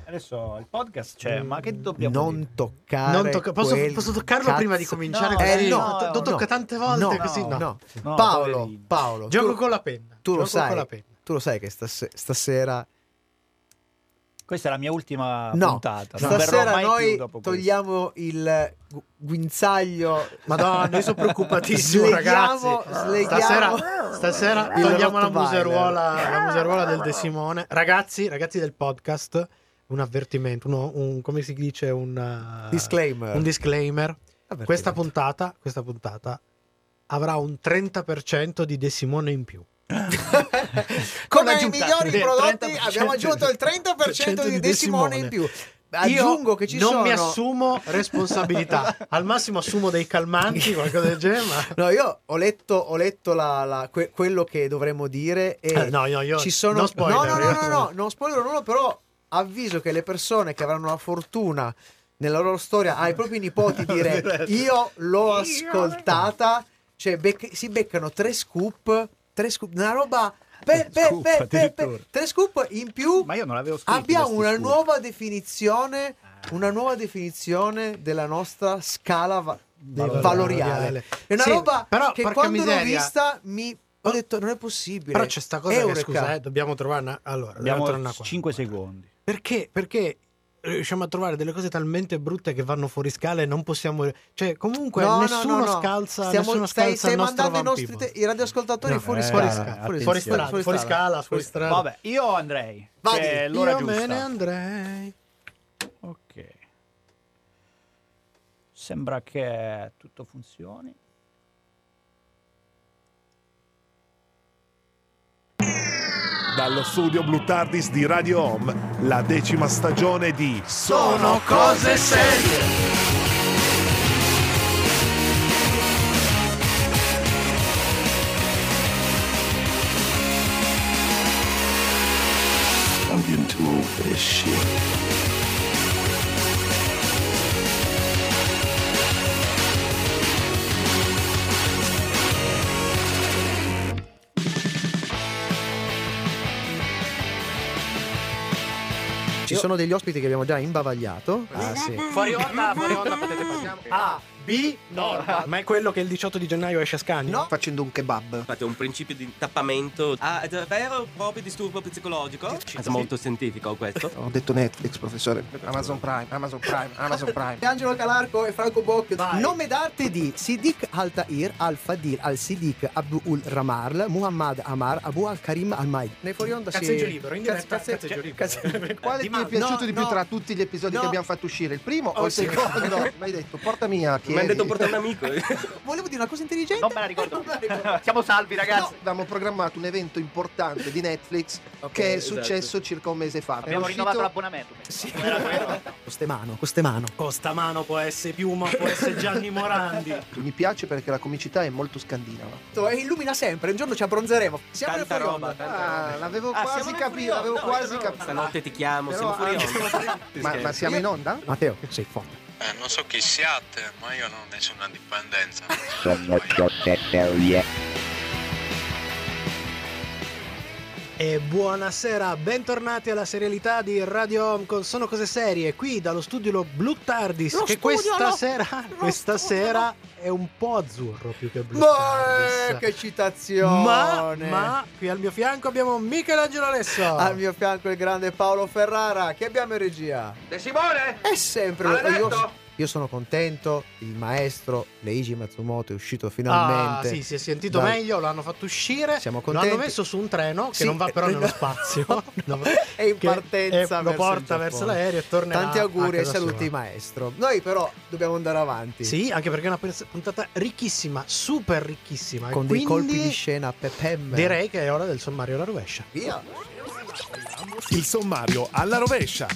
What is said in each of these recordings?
Adesso il podcast c'è, ma che dobbiamo non toccare posso toccarlo prima di cominciare? No, lo tocca tante volte così. No, Paolo, gioco con la penna. Tu lo sai che stasera questa è la mia ultima puntata. Non stasera mai noi più dopo togliamo il guinzaglio. Madonna, io sono preoccupatissimo, ragazzi. Stasera togliamo la museruola del De Simone. Ragazzi del podcast, un avvertimento, come si dice, un disclaimer. Questa puntata avrà un 30% di De Simone in più. Come i migliori prodotti abbiamo aggiunto il 30% di De Simone in più. Aggiungo che non mi assumo responsabilità, al massimo assumo dei calmanti, qualcosa del genere. No, io ho letto quello che dovremmo dire e io ci sono non spoiler. No, non spoiler nulla, però avviso che le persone che avranno la fortuna nella loro storia ai propri nipoti dire io l'ho ascoltata, cioè si beccano 3 scoop, una roba 3 scoop in più. Ma io non l'avevo scritto. Abbiamo una nuova definizione della nostra scala valoriale. È una roba però, che quando l'ho vista ho detto non è possibile. Però c'è sta cosa che, scusa, dobbiamo trovare abbiamo 5 secondi. Perché riusciamo a trovare delle cose talmente brutte che vanno fuori scala e non possiamo, cioè comunque nessuno scalza stai il nostro mandando i radioascoltatori fuori scala. Vabbè, io andrei. Io me ne andrei. Ok, sembra che tutto funzioni. Dallo studio Blue TARDIS di Radio Home, la 10ª stagione di Sono cose serie. I'm getting too old for this shit. Ci sono degli ospiti che abbiamo già imbavagliato. Fuori onda potete parliamo. B, no, ma è quello che il 18 di gennaio esce a Scagno? No. Facendo un kebab. Fate un principio di tappamento. È davvero proprio disturbo psicologico? È molto scientifico questo. Ho detto Netflix, professore. Amazon Prime. Angelo Calarco e Franco Bocchio. Nome d'arte di Siddiq Altair Al-Fadil Al-Siddiq Abdul Ramarl Muhammad Amar Abu Al-Karim Al-Maid. Nei fuori onda cazzeggio libero, in diretta cazzeggio libero. Quale ti è piaciuto di più tra tutti gli episodi che abbiamo fatto uscire? Il primo o il secondo? Mi hai detto, porta mia. Mi hanno detto porta un amico. Volevo dire una cosa intelligente. Non me la ricordo. Siamo salvi, ragazzi. Abbiamo programmato un evento importante di Netflix che è successo circa un mese fa. Abbiamo rinnovato l'abbonamento. Sì. Costamano può essere Piuma, può essere Gianni Morandi. Mi piace perché la comicità è molto scandinava. E illumina sempre, un giorno ci abbronzeremo. Siamo Tanta nel fuori roba, onda. tanta L'avevo quasi capito, Stanotte ti chiamo, siamo fuori onda. Ma siamo in onda? Matteo, che sei forte. Non so chi siate, ma io non ho nessuna dipendenza. Sono cose serie. E buonasera, bentornati alla serialità di Radio Home con Sono Cose Serie, qui dallo studio Blue TARDIS, che questa sera è un po' azzurro più che Blue TARDIS. Che citazione! Ma qui al mio fianco abbiamo Michelangelo Alesso. Al mio fianco il grande Paolo Ferrara. Che abbiamo in regia? De Simone! È sempre io sono contento, il maestro Leiji Matsumoto è uscito finalmente. Sì, si è sentito meglio, lo hanno fatto uscire. Siamo lo contenti. hanno messo su un treno che non va però nello spazio. È in partenza, lo porta verso l'aereo e tornerà. Tanti auguri e saluti sua. Maestro. Noi però dobbiamo andare avanti. Sì, anche perché è una puntata ricchissima, super ricchissima. Con dei colpi di scena pepem. Direi che è ora del sommario alla rovescia. Via. Il sommario alla rovescia.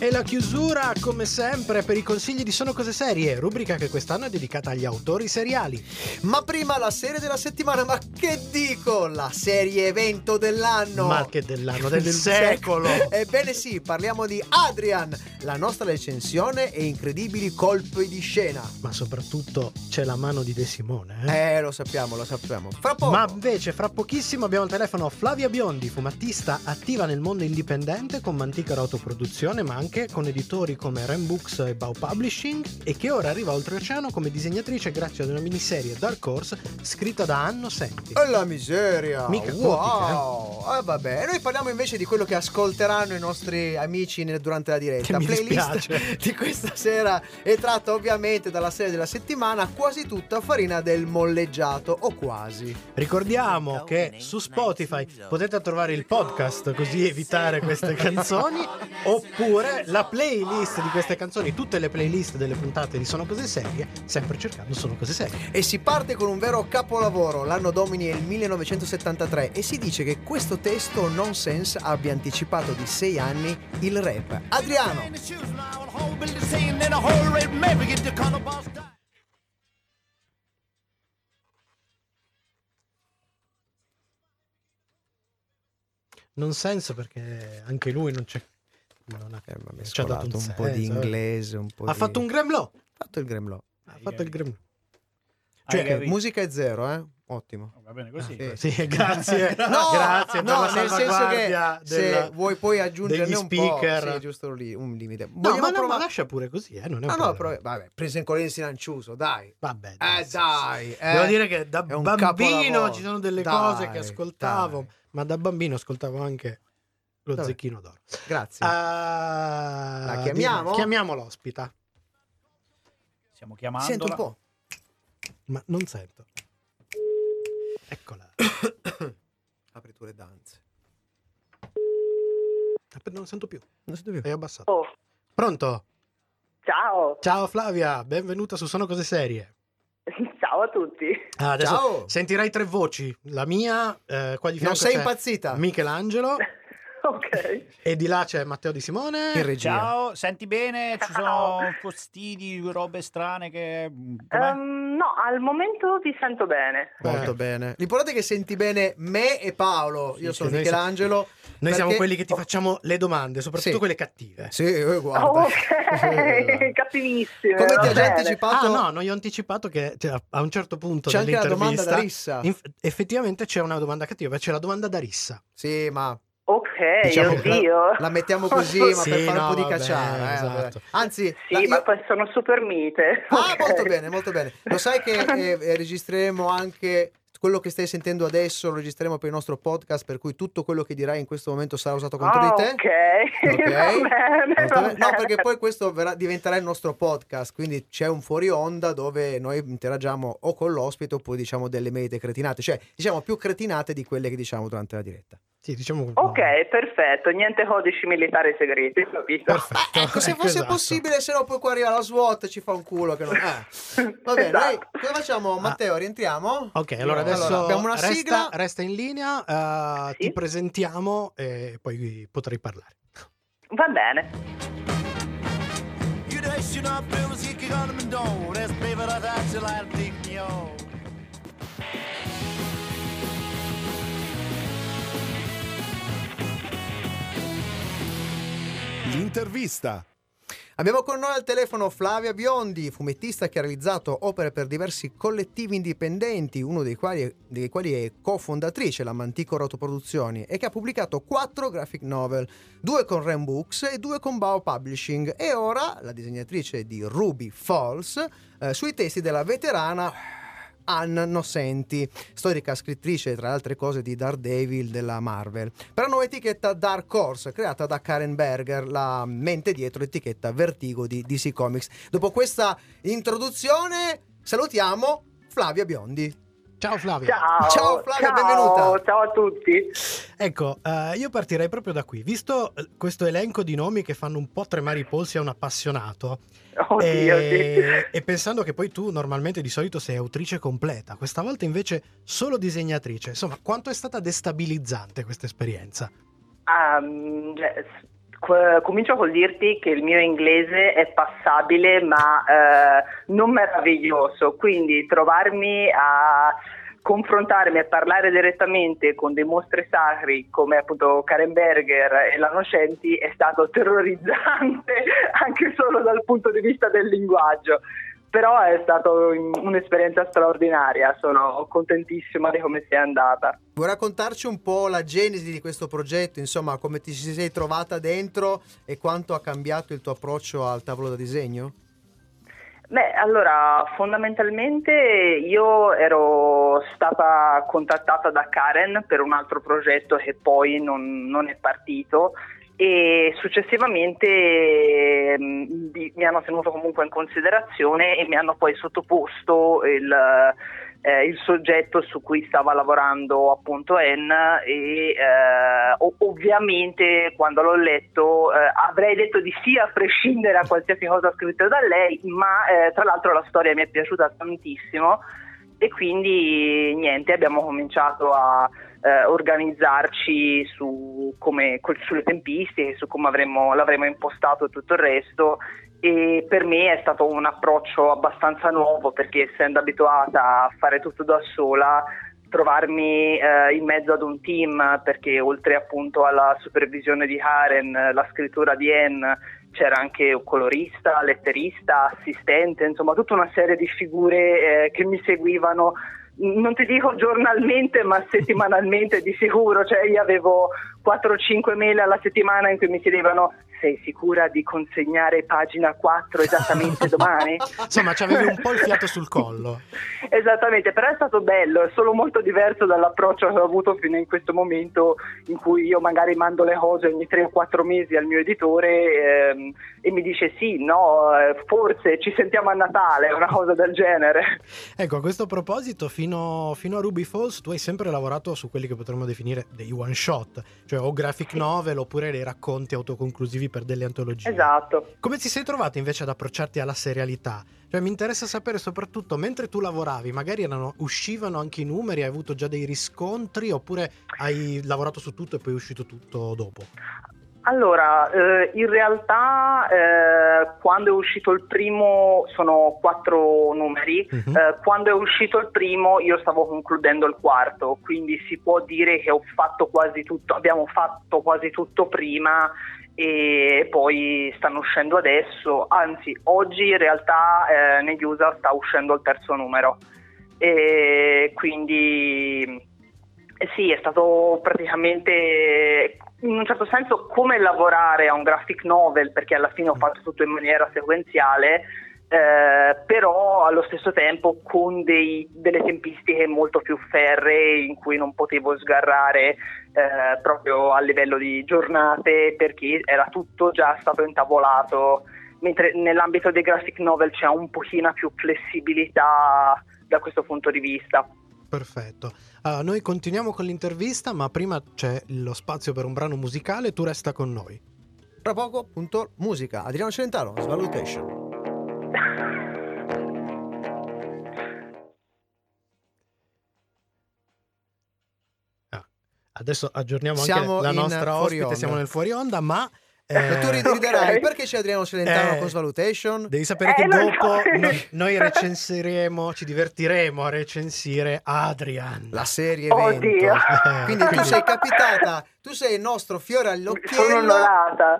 E la chiusura, come sempre, per i consigli di Sono Cose Serie, rubrica che quest'anno è dedicata agli autori seriali. Ma prima la serie della settimana, ma che dico? La serie evento dell'anno. Ma che dell'anno, del secolo. Ebbene sì, parliamo di Adrian, la nostra recensione e incredibili colpi di scena. Ma soprattutto c'è la mano di De Simone. Lo sappiamo. Fra poco. Ma invece, fra pochissimo abbiamo al telefono Flavia Biondi, fumettista attiva nel mondo indipendente con Manticora Autoproduzione, ma anche con editori come Ren Books e Bao Publishing, e che ora arriva oltreoceano come disegnatrice grazie ad una miniserie Dark Horse scritta da Anno Senti. E la miseria! Mica wow! Vabbè, noi parliamo invece di quello che ascolteranno i nostri amici durante la diretta. Che mi playlist dispiace. di questa sera è tratta ovviamente dalla serie della settimana, quasi tutta farina del molleggiato, o quasi. Ricordiamo che su Spotify potete trovare il podcast, così evitare queste canzoni, oppure la playlist di queste canzoni, tutte le playlist delle puntate di Sono Cose Serie, sempre cercando Sono Cose Serie. E si parte con un vero capolavoro. L'anno domini è il 1973 e si dice che questo testo nonsense abbia anticipato di 6 anni il rap. Adriano. Non senso, perché anche lui non c'è. Non ha ci ha dato un senso, po' di inglese, un po' ha di... fatto un gremlò. fatto il gremlò. Ha fatto il gremlò. Cioè, musica è zero, ottimo. Va bene così. Sì, grazie. No, grazie per la nel senso che salvaguardia se vuoi poi aggiungerne degli un speaker. po', sì, giusto lì, un limite. No, ma lascia pure così, non è un problema. Vabbè, preso in colore silanciuso, dai. Vabbè, dai. Devo dire che da bambino capolavoro. ci sono delle cose che ascoltavo, ma da bambino ascoltavo anche lo Zecchino d'Oro. Grazie. La chiamiamo? Chiamiamo l'ospita. Stiamo chiamando. Sento un po'. Ma non sento. Eccola. Aperture danze. Non sento più. Non sento più. Hai abbassato. Pronto? Ciao. Ciao Flavia, benvenuta su Sono Cose Serie. Ciao a tutti. Adesso Ciao. sentirai 3 voci. La mia, qua di fianco non sei c'è impazzita? Michelangelo. Ok. E di là c'è Matteo Di Simone. In regia. Ciao, senti bene? Ci sono postini, robe strane che... No, al momento ti sento bene. Molto bene. L'importante è che senti bene me e Paolo. Io sono Michelangelo. Noi siamo quelli che ti facciamo le domande, soprattutto quelle cattive. Sì, guarda. Ok, cattivissime. Come ti ha già bene. anticipato? No, non gli ho anticipato che a un certo punto c'è anche la dell'intervista domanda da rissa. Effettivamente c'è una domanda cattiva, c'è la domanda da rissa. Sì, ma Ok, diciamo oddio. la mettiamo così, ma Sì, per fare un po' di vabbè, cacciara. esatto. Anzi, Sì, ma poi sono super mite. Ah, molto bene, molto bene. Lo sai che registreremo anche quello che stai sentendo adesso, lo registreremo per il nostro podcast, per cui tutto quello che dirai in questo momento sarà usato contro di te. Ok. Va bene. No, perché poi questo diventerà il nostro podcast, quindi c'è un fuori onda dove noi interagiamo o con l'ospite oppure diciamo delle medie cretinate, cioè diciamo più cretinate di quelle che diciamo durante la diretta. Sì, diciamo. Ok, perfetto, niente codici militari segreti, capito? Ecco, se fosse possibile, se no poi qua arriva la SWAT e ci fa un culo che non... Va bene, noi cosa facciamo? Matteo, rientriamo? Ok, allora adesso abbiamo una sigla. Resta in linea, Sì. ti presentiamo e poi potrai parlare. Va bene. L'intervista. Abbiamo con noi al telefono Flavia Biondi, fumettista che ha realizzato opere per diversi collettivi indipendenti, uno dei quali è cofondatrice, la Manticora Autoproduzioni, e che ha pubblicato 4 graphic novel, 2 con Ren Books e 2 con Bao Publishing, e ora la disegnatrice di Ruby Falls sui testi della veterana Ann Nocenti, storica scrittrice tra le altre cose di Daredevil della Marvel, per la nuova etichetta Dark Horse creata da Karen Berger, la mente dietro l'etichetta Vertigo di DC Comics. Dopo questa introduzione salutiamo Flavia Biondi. Ciao Flavia. Ciao Flavia, benvenuta. Ciao a tutti. Ecco, io partirei proprio da qui. Visto questo elenco di nomi che fanno un po' tremare i polsi a un appassionato, e pensando che poi tu normalmente di solito sei autrice completa, questa volta invece solo disegnatrice, insomma, quanto è stata destabilizzante questa esperienza? Comincio col dirti che il mio inglese è passabile ma non meraviglioso, quindi trovarmi a confrontarmi e parlare direttamente con dei mostri sacri come appunto Karen Berger e la Nocenti è stato terrorizzante anche solo dal punto di vista del linguaggio, però è stata un'esperienza straordinaria, sono contentissima di come sia andata. Vuoi raccontarci un po' la genesi di questo progetto, insomma come ti sei trovata dentro e quanto ha cambiato il tuo approccio al tavolo da disegno? Beh, allora, fondamentalmente io ero stata contattata da Karen per un altro progetto che poi non è partito e successivamente mi hanno tenuto comunque in considerazione e mi hanno poi sottoposto il soggetto su cui stava lavorando appunto Ann e ovviamente quando l'ho letto avrei detto di sì a prescindere da qualsiasi cosa scritta da lei, ma tra l'altro la storia mi è piaciuta tantissimo e quindi niente, abbiamo cominciato a organizzarci sulle tempistiche, su come l'avremmo impostato e tutto il resto. E per me è stato un approccio abbastanza nuovo perché essendo abituata a fare tutto da sola, trovarmi in mezzo ad un team, perché oltre appunto alla supervisione di Karen, la scrittura di Ann, c'era anche un colorista, letterista, assistente, insomma tutta una serie di figure che mi seguivano, non ti dico giornalmente ma settimanalmente di sicuro, cioè io avevo 4-5 mail alla settimana in cui mi chiedevano: sei sicura di consegnare pagina 4 esattamente domani? Insomma, c'avevi un po' il fiato sul collo. Esattamente, però è stato bello, è solo molto diverso dall'approccio che ho avuto fino in questo momento in cui io magari mando le cose ogni 3 o 4 mesi al mio editore e mi dice sì, no, forse ci sentiamo a Natale, una cosa del genere. Ecco, a questo proposito, fino a Ruby Falls tu hai sempre lavorato su quelli che potremmo definire dei one shot, cioè o graphic novel oppure dei racconti autoconclusivi per delle antologie. Esatto. Come ti sei trovata invece ad approcciarti alla serialità? Cioè mi interessa sapere soprattutto mentre tu lavoravi, magari uscivano anche i numeri, hai avuto già dei riscontri oppure hai lavorato su tutto e poi è uscito tutto dopo? Allora, in realtà quando è uscito il primo, sono 4 numeri, quando è uscito il primo io stavo concludendo il quarto, quindi si può dire che abbiamo fatto quasi tutto prima e poi stanno uscendo adesso, anzi oggi in realtà negli USA sta uscendo il terzo numero e quindi sì, è stato praticamente in un certo senso come lavorare a un graphic novel, perché alla fine ho fatto tutto in maniera sequenziale, però allo stesso tempo con delle tempistiche molto più ferree in cui non potevo sgarrare proprio a livello di giornate perché era tutto già stato intavolato, mentre nell'ambito dei graphic novel c'è un pochino più flessibilità da questo punto di vista. Perfetto. Noi continuiamo con l'intervista, ma prima c'è lo spazio per un brano musicale, tu resta con noi. Tra poco, appunto, musica. Adriano Celentano, Svalutation. Adesso aggiorniamo anche la nostra ospite, siamo nel fuori onda, ma tu riderai perché c'è Adriano Celentano con Svalutation. Devi sapere che dopo noi recensiremo, ci divertiremo a recensire Adrian, la serie evento. Quindi tu sei capitata, tu sei il nostro fiore all'occhiello. Sono onorata.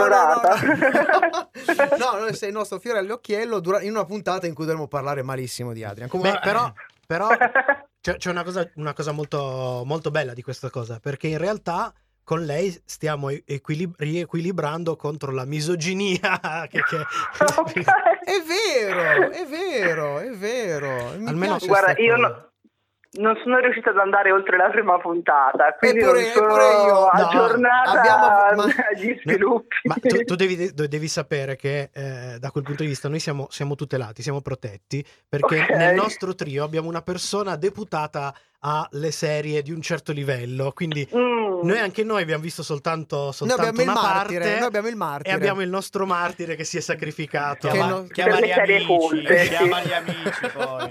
No, sei il nostro fiore all'occhiello in una puntata in cui dovremo parlare malissimo di Adrian. Beh, però c'è una cosa molto, molto bella di questa cosa, perché in realtà con lei stiamo riequilibrando contro la misoginia che... È vero. Almeno guarda, io non sono riuscita ad andare oltre la prima puntata, quindi non sono aggiornata agli sviluppi. Ma tu devi sapere che da quel punto di vista noi siamo tutelati, siamo protetti, perché nel nostro trio abbiamo una persona deputata alle serie di un certo livello, quindi anche noi abbiamo visto soltanto noi abbiamo una il martire, parte, noi abbiamo il martire. E abbiamo il nostro martire che si è sacrificato. Chiama gli amici, chiama gli amici poi.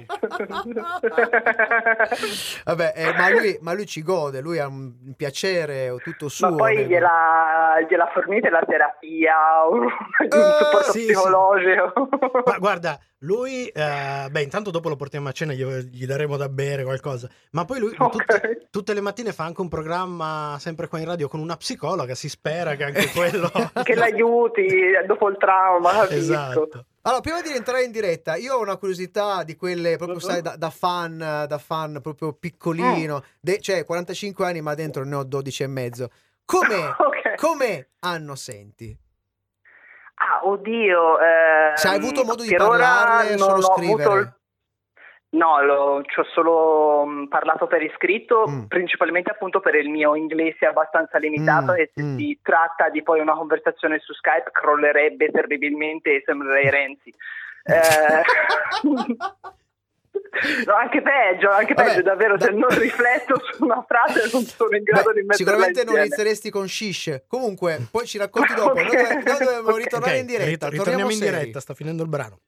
Vabbè, ma lui ci gode, lui ha un piacere tutto suo. Ma poi gliela fornite la terapia, un supporto psicologico. Ma guarda, lui, intanto dopo lo portiamo a cena, gli daremo da bere qualcosa. Ma poi lui tutte le mattine fa anche un programma sempre qua in radio con una psicologa. Si spera che anche quello che l'aiuti dopo il trauma. Esatto. Allora, prima di entrare in diretta, io ho una curiosità di quelle proprio, sai, da fan proprio piccolino, cioè 45 anni, ma dentro ne ho 12 e mezzo. Come hanno senti? Oddio. Se hai avuto modo di parlarne o solo scrivere? No, ci ho solo parlato per iscritto, principalmente appunto per il mio inglese abbastanza limitato e se si tratta di poi una conversazione su Skype crollerebbe terribilmente e sembrerei Renzi. No, anche peggio, davvero, se non rifletto su una frase non sono in grado di metterla sicuramente insieme. non inizieresti con shish. Comunque, poi ci racconti dopo. Noi dobbiamo ritornare in diretta. Ritorniamo in diretta, sta finendo il brano.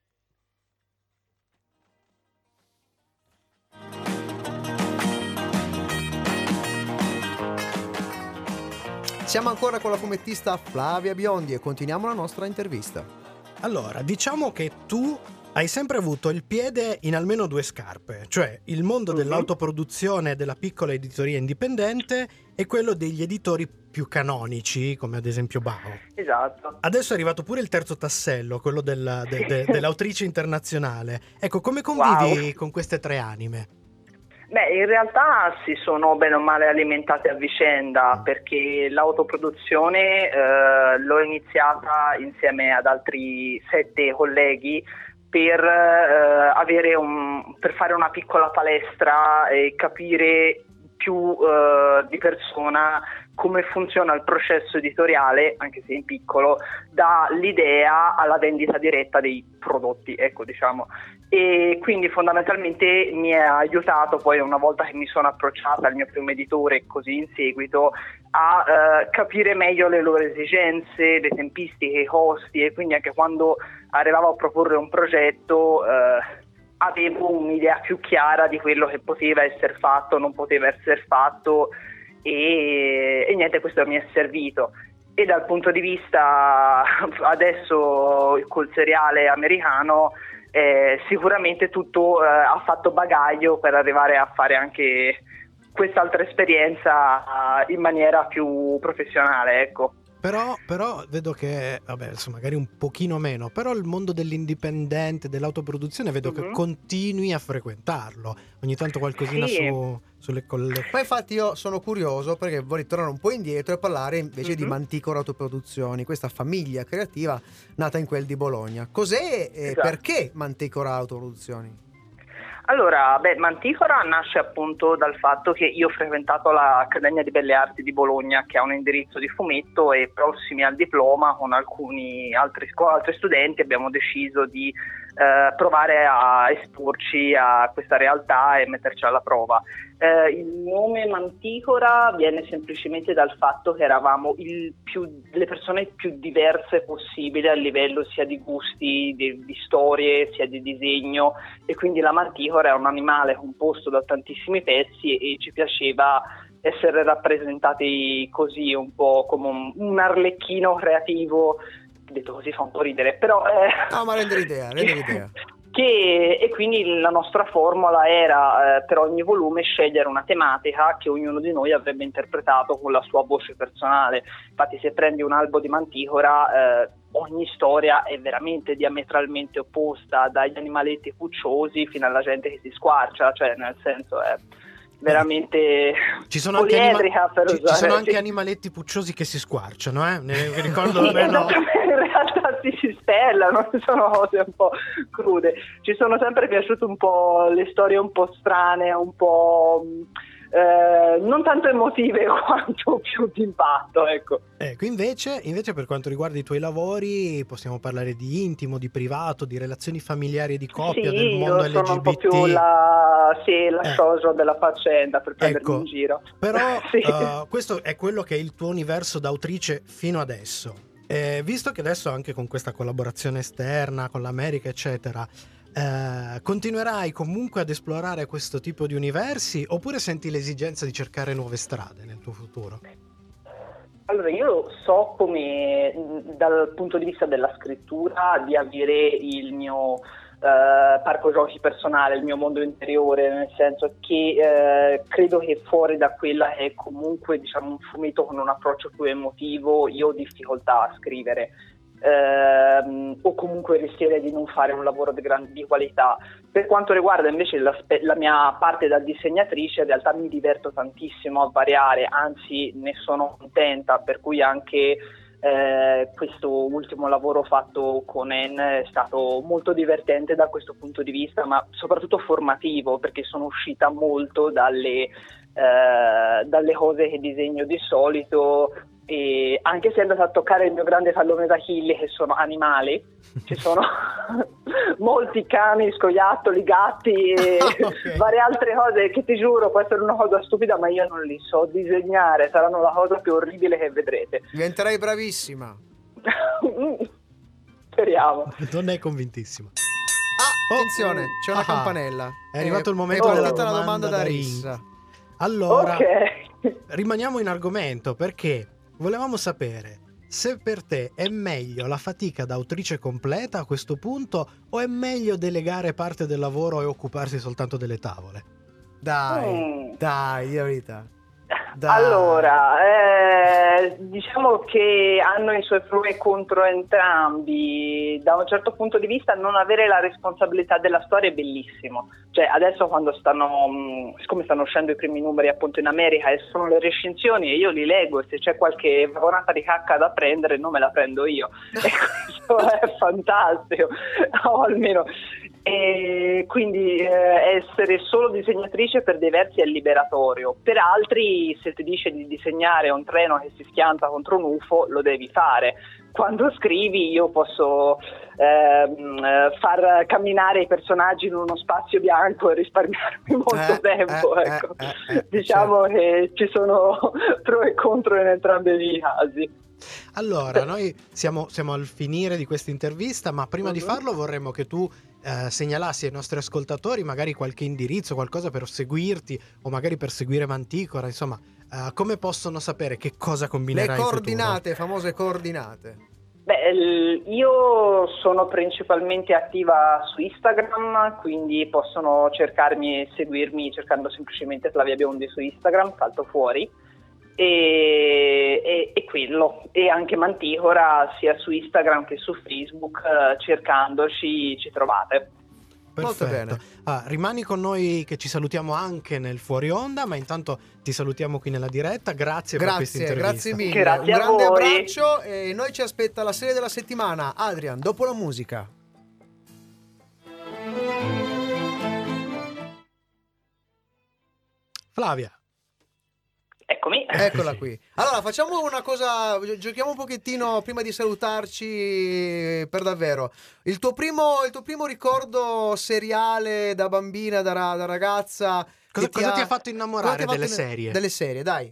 Siamo ancora con la fumettista Flavia Biondi e continuiamo la nostra intervista. Allora, diciamo che tu hai sempre avuto il piede in almeno due scarpe, cioè il mondo dell'autoproduzione della piccola editoria indipendente e quello degli editori più canonici, come ad esempio Bao. Esatto. Adesso è arrivato pure il terzo tassello, quello dell'autrice internazionale. Ecco, come convivi con queste tre anime? Beh, in realtà si sono bene o male alimentate a vicenda, perché l'autoproduzione l'ho iniziata insieme ad altri 7 colleghi per fare una piccola palestra e capire più di persona come funziona il processo editoriale, anche se in piccolo, dall'idea alla vendita diretta dei prodotti, ecco, diciamo. E quindi fondamentalmente mi ha aiutato poi, una volta che mi sono approcciata al mio primo editore e così in seguito, a capire meglio le loro esigenze, le tempistiche, i costi, e quindi anche quando arrivavo a proporre un progetto avevo un'idea più chiara di quello che poteva essere fatto, non poteva essere fatto, e niente, questo mi è servito. E dal punto di vista adesso col seriale americano, sicuramente tutto ha fatto bagaglio per arrivare a fare anche quest'altra esperienza in maniera più professionale, ecco. Però vedo che, vabbè, adesso magari un pochino meno, però il mondo dell'indipendente, dell'autoproduzione, vedo che continui a frequentarlo. Ogni tanto qualcosina sulle colleghe. Ma infatti io sono curioso, perché vorrei tornare un po' indietro e parlare invece di Manticora Autoproduzioni, questa famiglia creativa nata in quel di Bologna. Cos'è e perché Manticora Autoproduzioni? Allora, Manticora nasce appunto dal fatto che io ho frequentato l'Accademia di Belle Arti di Bologna, che ha un indirizzo di fumetto, e prossimi al diploma con alcuni altri studenti abbiamo deciso di provare a esporci a questa realtà e metterci alla prova. Il nome Manticora viene semplicemente dal fatto che eravamo le persone più diverse possibile a livello sia di gusti, di storie, sia di disegno, e quindi la manticora è un animale composto da tantissimi pezzi e ci piaceva essere rappresentati così, un po' come un arlecchino creativo. Detto così fa un po' ridere, però no, ma rende l'idea. E quindi la nostra formula era per ogni volume scegliere una tematica che ognuno di noi avrebbe interpretato con la sua voce personale. Infatti, se prendi un albo di Manticora, ogni storia è veramente diametralmente opposta, dagli animaletti pucciosi fino alla gente che si squarcia, cioè nel senso è veramente ci sono poliedrica, ci sono anche animaletti pucciosi che si squarciano, ne ricordo in realtà si spellano, sono cose un po' crude. Ci sono sempre piaciute un po' le storie un po' strane, un po' non tanto emotive quanto più di impatto, ecco. Ecco, invece per quanto riguarda i tuoi lavori possiamo parlare di intimo, di privato, di relazioni familiari e di coppia, del mondo io sono LGBT. un po' più la shoujo della faccenda, per prendermi in giro. Però questo è quello che è il tuo universo d'autrice fino adesso. Visto che adesso anche con questa collaborazione esterna con l'America eccetera, continuerai comunque ad esplorare questo tipo di universi, oppure senti l'esigenza di cercare nuove strade nel tuo futuro? Allora, io so come dal punto di vista della scrittura di avere il mio parco giochi personale, il mio mondo interiore, nel senso che credo che fuori da quella che è comunque, diciamo, un fumetto con un approccio più emotivo, io ho difficoltà a scrivere. O comunque rischierei di non fare un lavoro di qualità. Per quanto riguarda invece la mia parte da disegnatrice, in realtà mi diverto tantissimo a variare, anzi ne sono contenta, per cui anche questo ultimo lavoro fatto con En è stato molto divertente da questo punto di vista, ma soprattutto formativo, perché sono uscita molto dalle cose che disegno di solito. E anche se è andata a toccare il mio grande tallone d'Achille, che sono animali, ci sono molti cani, scoiattoli, gatti e varie altre cose che ti giuro può essere una cosa stupida, ma io non li so disegnare, saranno la cosa più orribile che vedrete. Diventerai bravissima. Speriamo. Non è convintissima. Attenzione, c'è una campanella. È arrivato il momento della domanda da Rissa. Allora, rimaniamo in argomento, perché volevamo sapere se per te è meglio la fatica da autrice completa a questo punto, o è meglio delegare parte del lavoro e occuparsi soltanto delle tavole? Dai, di verità. Dai. Allora, diciamo che hanno i suoi pro e contro entrambi. Da un certo punto di vista, non avere la responsabilità della storia è bellissimo. Cioè, adesso quando siccome stanno uscendo i primi numeri appunto in America e sono le recensioni e io li leggo, e se c'è qualche vagonata di cacca da prendere non me la prendo io. E questo è fantastico, o almeno. E quindi essere solo disegnatrice per dei versi è liberatorio, per altri se ti dice di disegnare un treno che si schianta contro un UFO lo devi fare. Quando scrivi io posso far camminare i personaggi in uno spazio bianco e risparmiarmi molto tempo, ecco. Diciamo che ci sono pro e contro in entrambi i casi. Allora, noi siamo al finire di questa intervista, ma prima di farlo vorremmo che tu segnalassi ai nostri ascoltatori magari qualche indirizzo, qualcosa per seguirti o magari per seguire Manticora, insomma, come possono sapere che cosa combinerai le in coordinate, futuro? famose coordinate. Beh, io sono principalmente attiva su Instagram, quindi possono cercarmi e seguirmi cercando semplicemente Flavia Biondi su Instagram, salto fuori. E quello, e anche Manticora sia su Instagram che su Facebook, cercandoci ci trovate. Perfetto. Molto bene. Rimani con noi che ci salutiamo anche nel fuori onda, ma intanto ti salutiamo qui nella diretta. Grazie per questa intervista. Grazie mille. Grazie un grande a voi. abbraccio, e noi ci aspetta la serie della settimana. Adrian, dopo la musica. Flavia. Eccomi. Eccola qui. Allora, facciamo una cosa, giochiamo un pochettino prima di salutarci per davvero. Il tuo primo ricordo seriale da bambina, da ragazza. Cosa ti ha fatto innamorare delle serie? Delle serie, dai.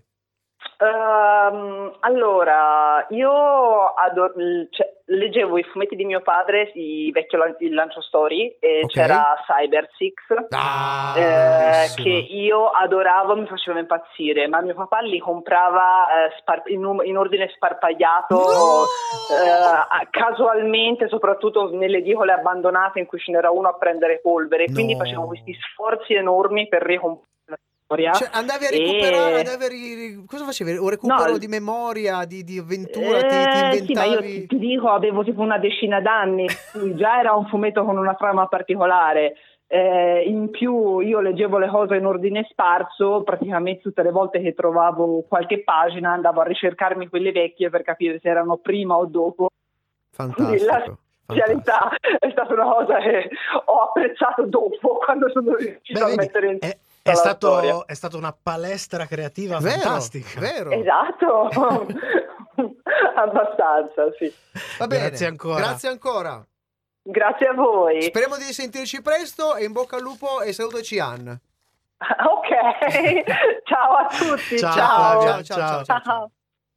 Allora, io leggevo i fumetti di mio padre, il Lancio Story, e c'era Cyber Six, che io adoravo, mi faceva impazzire, ma mio papà li comprava in ordine sparpagliato, casualmente, soprattutto nelle edicole abbandonate in cui ce n'era uno a prendere polvere, quindi facevo questi sforzi enormi per ricomprare. Cioè, andavi a recuperare, cosa facevi? Un recupero di memoria, di avventura, ti inventavi? Sì, ma io ti dico, avevo tipo una decina d'anni, già era un fumetto con una trama particolare. In più io leggevo le cose in ordine sparso, praticamente tutte le volte che trovavo qualche pagina andavo a ricercarmi quelle vecchie per capire se erano prima o dopo. Fantastico. In realtà è stata una cosa che ho apprezzato dopo, quando sono riuscito a mettere in... tutta la storia. È stata una palestra creativa Vero, fantastica. vero. Esatto, abbastanza, sì. Va bene, Grazie ancora. Grazie ancora. Grazie a voi. Speriamo di sentirci presto e in bocca al lupo e salutaci Ann. Ok, ciao a tutti. Ciao, Ciao. Flavia, ciao. Ciao.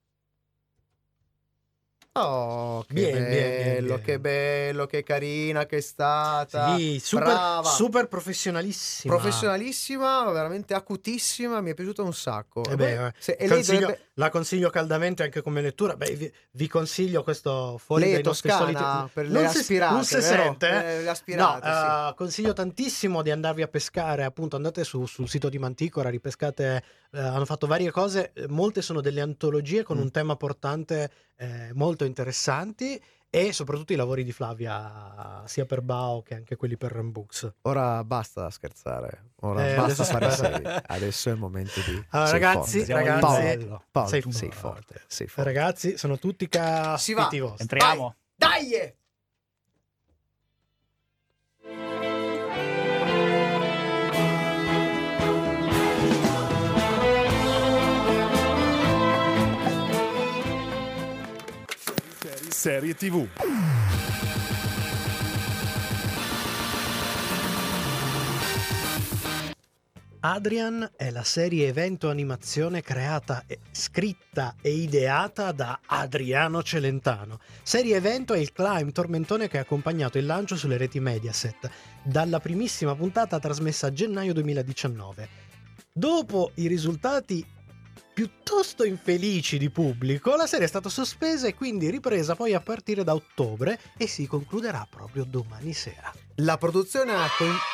Oh, che Bien, bello, bien. che bello, che carina che è stata. Sì, Brava. super professionalissima. Professionalissima, veramente acutissima, mi è piaciuta un sacco. E lei la consiglio caldamente anche come lettura. Beh, vi consiglio questo fuori lei è dai nostri toscana soliti. per le aspirate, non si vero? sente? Le aspirate, no, sì. consiglio tantissimo di andarvi a pescare. Appunto, andate sul sito di Manticora, ripescate. Hanno fatto varie cose. Molte sono delle antologie con un tema portante molto interessanti. E soprattutto i lavori di Flavia, sia per Bao che anche quelli per Rambooks. Ora basta scherzare, ora basta fare seri. Adesso è il momento di ragazzi, Paolo, sei forte. Ragazzi, sono tutti Si va, caspiti vostri. Entriamo. Dai! Serie TV. Adrian è la serie evento animazione creata, scritta e ideata da Adriano Celentano. Serie evento è il climb tormentone che ha accompagnato il lancio sulle reti Mediaset, dalla primissima puntata trasmessa a gennaio 2019. Dopo i risultati piuttosto infelici di pubblico, la serie è stata sospesa e quindi ripresa poi a partire da ottobre e si concluderà proprio domani sera. La produzione ha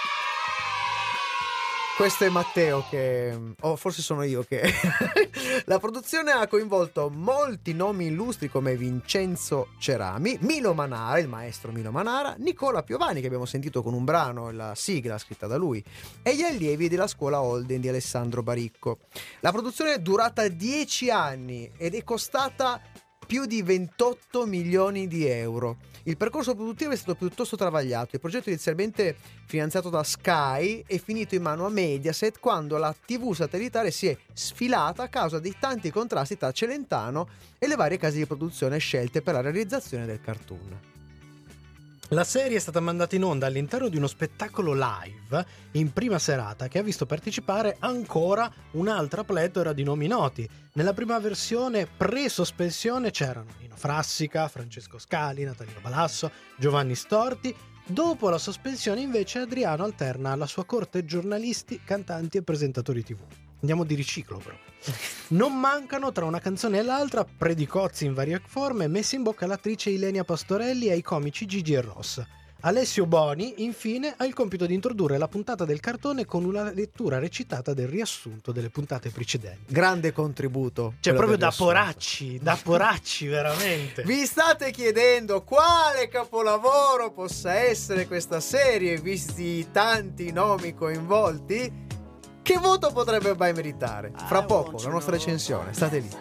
questo è Matteo che... forse sono io che... La produzione ha coinvolto molti nomi illustri come Vincenzo Cerami, Milo Manara, il maestro Milo Manara, Nicola Piovani, che abbiamo sentito con un brano, la sigla scritta da lui, e gli allievi della scuola Holden di Alessandro Baricco. La produzione è durata 10 anni ed è costata più di 28 milioni di euro. Il percorso produttivo è stato piuttosto travagliato. Il progetto inizialmente finanziato da Sky è finito in mano a Mediaset quando la TV satellitare si è sfilata a causa dei tanti contrasti tra Celentano e le varie case di produzione scelte per la realizzazione del cartoon. La serie è stata mandata in onda all'interno di uno spettacolo live in prima serata che ha visto partecipare ancora un'altra pletora di nomi noti. Nella prima versione pre-sospensione c'erano Nino Frassica, Francesco Scali, Natalino Balasso, Giovanni Storti. Dopo la sospensione invece Adriano alterna alla sua corte giornalisti, cantanti e presentatori TV. Andiamo di riciclo però. Non mancano tra una canzone e l'altra predicozzi in varie forme messi in bocca all'attrice Ilenia Pastorelli e ai comici Gigi e Ross. Alessio Boni infine ha il compito di introdurre la puntata del cartone con una lettura recitata del riassunto delle puntate precedenti. Grande contributo. Cioè proprio da poracci veramente. Vi state chiedendo quale capolavoro possa essere questa serie visti i tanti nomi coinvolti? Che voto potrebbe mai meritare? Fra poco la nostra recensione, state lì.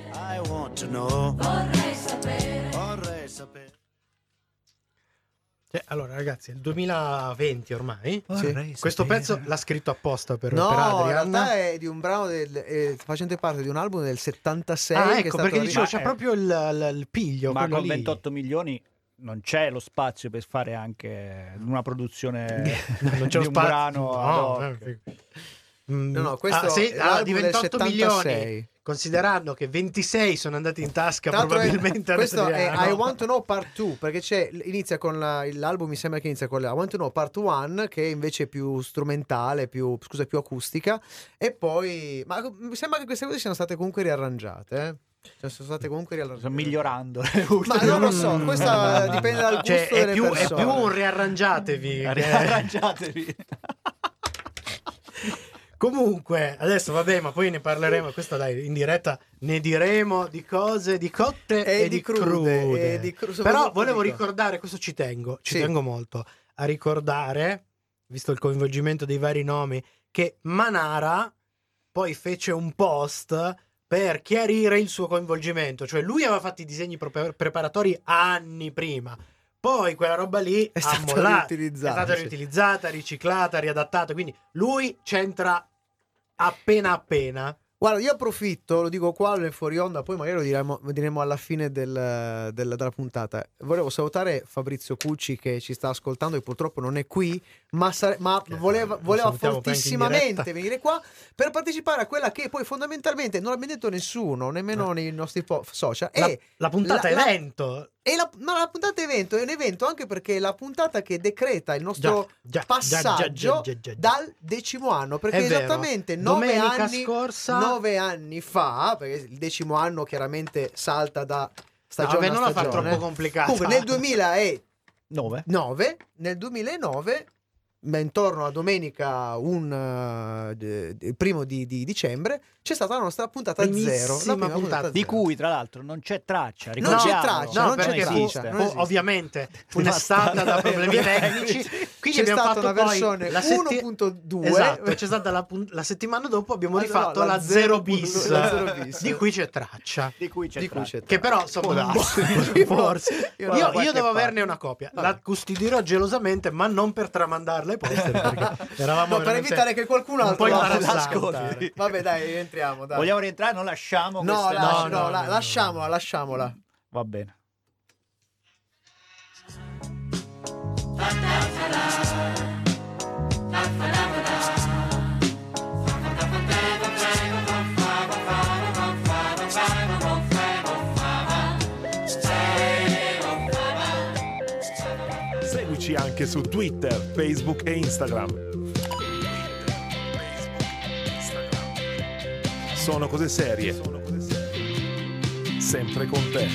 Vorrei sapere. Allora ragazzi, è il 2020 ormai. Sì. Questo pezzo l'ha scritto apposta per No, Adrian. in realtà è di un brano facente parte di un album del 76. Ah, che è ecco, stato perché dicevo c'è è- proprio il piglio. Ma quello con lì. 28 milioni non c'è lo spazio per fare anche una produzione Non c'è di lo un spazio. brano No, ad hoc. No, questo è l'album di del 28 milioni, 76. considerando che 26 sono andati in tasca Tra l'altro probabilmente a questo è Adriano. I Want to Know Part 2, perché inizia con l'album, mi sembra che inizia con I Want to Know Part 1, che invece è più strumentale, più acustica, e poi ma mi sembra che queste cose siano state comunque riarrangiate, Cioè, sono state comunque Sto migliorando. Ma non lo so, questa dipende dal gusto delle è persone. più un riarrangiatevi. Riarrangiatevi. Comunque, adesso vabbè, ma poi ne parleremo. Questa dai, in diretta ne diremo di cose, di cotte e di crude. Però volevo ricordare, questo ci tengo molto a ricordare, visto il coinvolgimento dei vari nomi, che Manara poi fece un post per chiarire il suo coinvolgimento. Cioè lui aveva fatto i disegni preparatori anni prima. Poi quella roba lì è stata riutilizzata, riciclata, riadattata. Quindi lui c'entra appena. Guarda, io approfitto, lo dico qua nel fuori onda, poi magari lo diremo alla fine della puntata. Volevo salutare Fabrizio Cucci che ci sta ascoltando e purtroppo non è qui, ma voleva fortissimamente venire qua per partecipare a quella che poi fondamentalmente non abbiamo detto nessuno, nemmeno nei nostri social. La puntata evento. Ma la puntata evento è un evento anche perché è la puntata che decreta il nostro passaggio dal 10° anno, perché esattamente 9 anni fa, perché il 10° anno chiaramente salta da stagione a stagione. Non la fa troppo complicata. Comunque nel 2009, intorno a domenica il 1 di dicembre c'è stata la nostra puntata zero, la prima puntata di cui tra l'altro non c'è traccia. Non c'è traccia. Ovviamente funestata da problemi tecnici. Quindi c'è abbiamo stata fatto una versione 1.2. Esatto, c'è stata la settimana dopo abbiamo rifatto la 0 bis. Di cui c'è traccia. Che però insomma forse io devo averne una copia. La custodirò gelosamente, ma non per tramandarla ai poster, perché eravamo per evitare che qualcun altro la ascolti. Vabbè, dai, rientriamo. Dai. Vogliamo rientrare? Non lasciamo? No, lasciamola. Va bene. Seguici anche su Twitter, Facebook e Instagram. Sono cose serie. Sempre con te.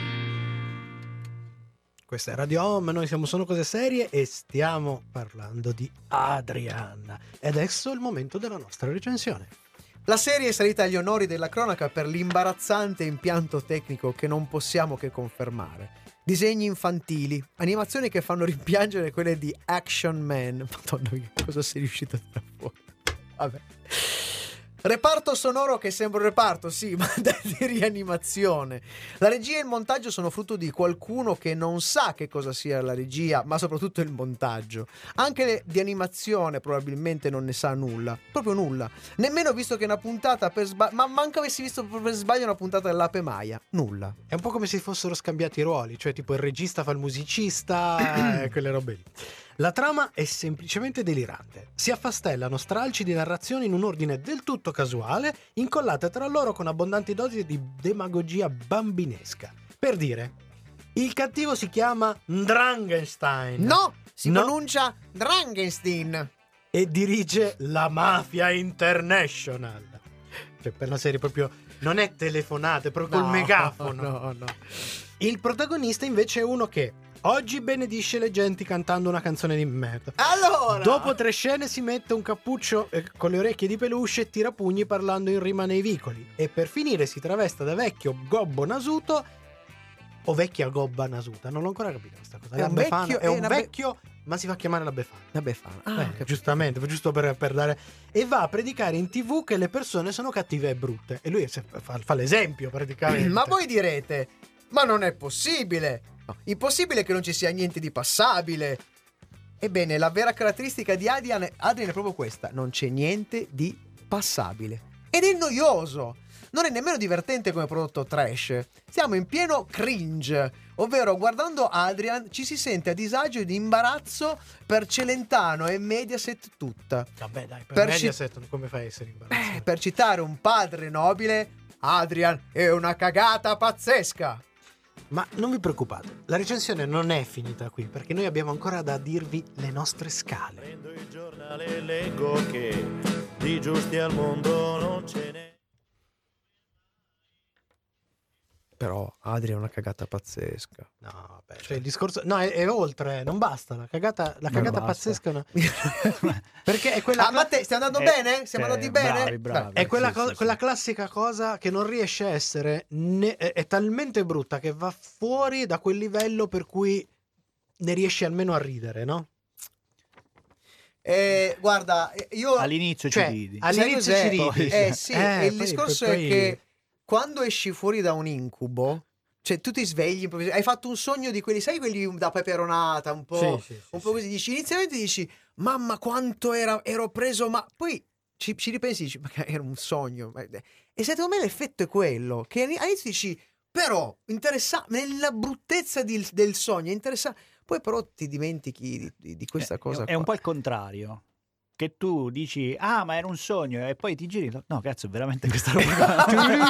Questa è Radio Home, noi siamo Sono Cose Serie e stiamo parlando di Adrian. E adesso è il momento della nostra recensione. La serie è salita agli onori della cronaca per l'imbarazzante impianto tecnico che non possiamo che confermare. Disegni infantili, animazioni che fanno rimpiangere quelle di Action Man. Madonna mia, cosa sei riuscito a tirare fuori? Vabbè. Reparto sonoro che sembra un reparto, sì, ma di rianimazione. La regia e il montaggio sono frutto di qualcuno che non sa che cosa sia la regia, ma soprattutto il montaggio. Anche di animazione probabilmente non ne sa nulla, proprio nulla. Nemmeno visto che una puntata per sbaglio, ma manca avessi visto per sbaglio una puntata dell'Ape Maia, nulla. È un po' come se fossero scambiati i ruoli, cioè tipo il regista fa il musicista e quelle robe lì. La trama è semplicemente delirante. Si affastellano stralci di narrazioni in un ordine del tutto casuale, incollate tra loro con abbondanti dosi di demagogia bambinesca. Per dire, il cattivo si chiama Drangenstein. No, si pronuncia Drangenstein. E dirige la Mafia International. Cioè, per la serie proprio non è telefonate, è proprio col megafono. No. Il protagonista invece è uno che oggi benedisce le genti cantando una canzone di merda. Allora, dopo 3 scene si mette un cappuccio con le orecchie di peluche e tira pugni parlando in rima nei vicoli. E per finire si traveste da vecchio gobbo nasuto o vecchia gobba nasuta. Non l'ho ancora capito questa cosa. È un vecchio, ma si fa chiamare la Befana. La Befana. Giustamente, giusto per dare. E va a predicare in TV che le persone sono cattive e brutte. E lui fa l'esempio praticamente. Ma voi direte, ma non è possibile. No, impossibile che non ci sia niente di passabile. Ebbene, la vera caratteristica di Adrian è proprio questa: non c'è niente di passabile. Ed è noioso. Non è nemmeno divertente come prodotto trash. Siamo in pieno cringe, ovvero guardando Adrian ci si sente a disagio e di imbarazzo per Celentano e Mediaset tutta. Vabbè dai, per Mediaset come fai a essere imbarazzato? Per citare un padre nobile, Adrian è una cagata pazzesca. Ma non vi preoccupate, la recensione non è finita qui, perché noi abbiamo ancora da dirvi le nostre scale. Prendo il giornale e leggo che di giusti al mondo non ce n'è. Però Adrian è una cagata pazzesca. No, vabbè, cioè il discorso è oltre, non basta, la cagata pazzesca no. Perché è quella ma te stiamo andando bene? Siamo andati bene? Bravi, è quella classica cosa che non riesce a essere è talmente brutta che va fuori da quel livello per cui ne riesci almeno a ridere, no? Guarda, io all'inizio ci ridi. All'inizio ci ridi. Sì, il discorso è che quando esci fuori da un incubo, cioè tu ti svegli, hai fatto un sogno di quelli, sai, quelli da peperonata, un po' così, inizialmente dici mamma quanto ero preso, ma poi ci ripensi, dici, magari era un sogno. E secondo me l'effetto è quello, che all'inizio dici, però, nella bruttezza del sogno, è interessante. Poi però ti dimentichi di questa cosa. È un po' il contrario. Che tu dici, ma era un sogno, e poi ti giri, no cazzo, è veramente questa roba.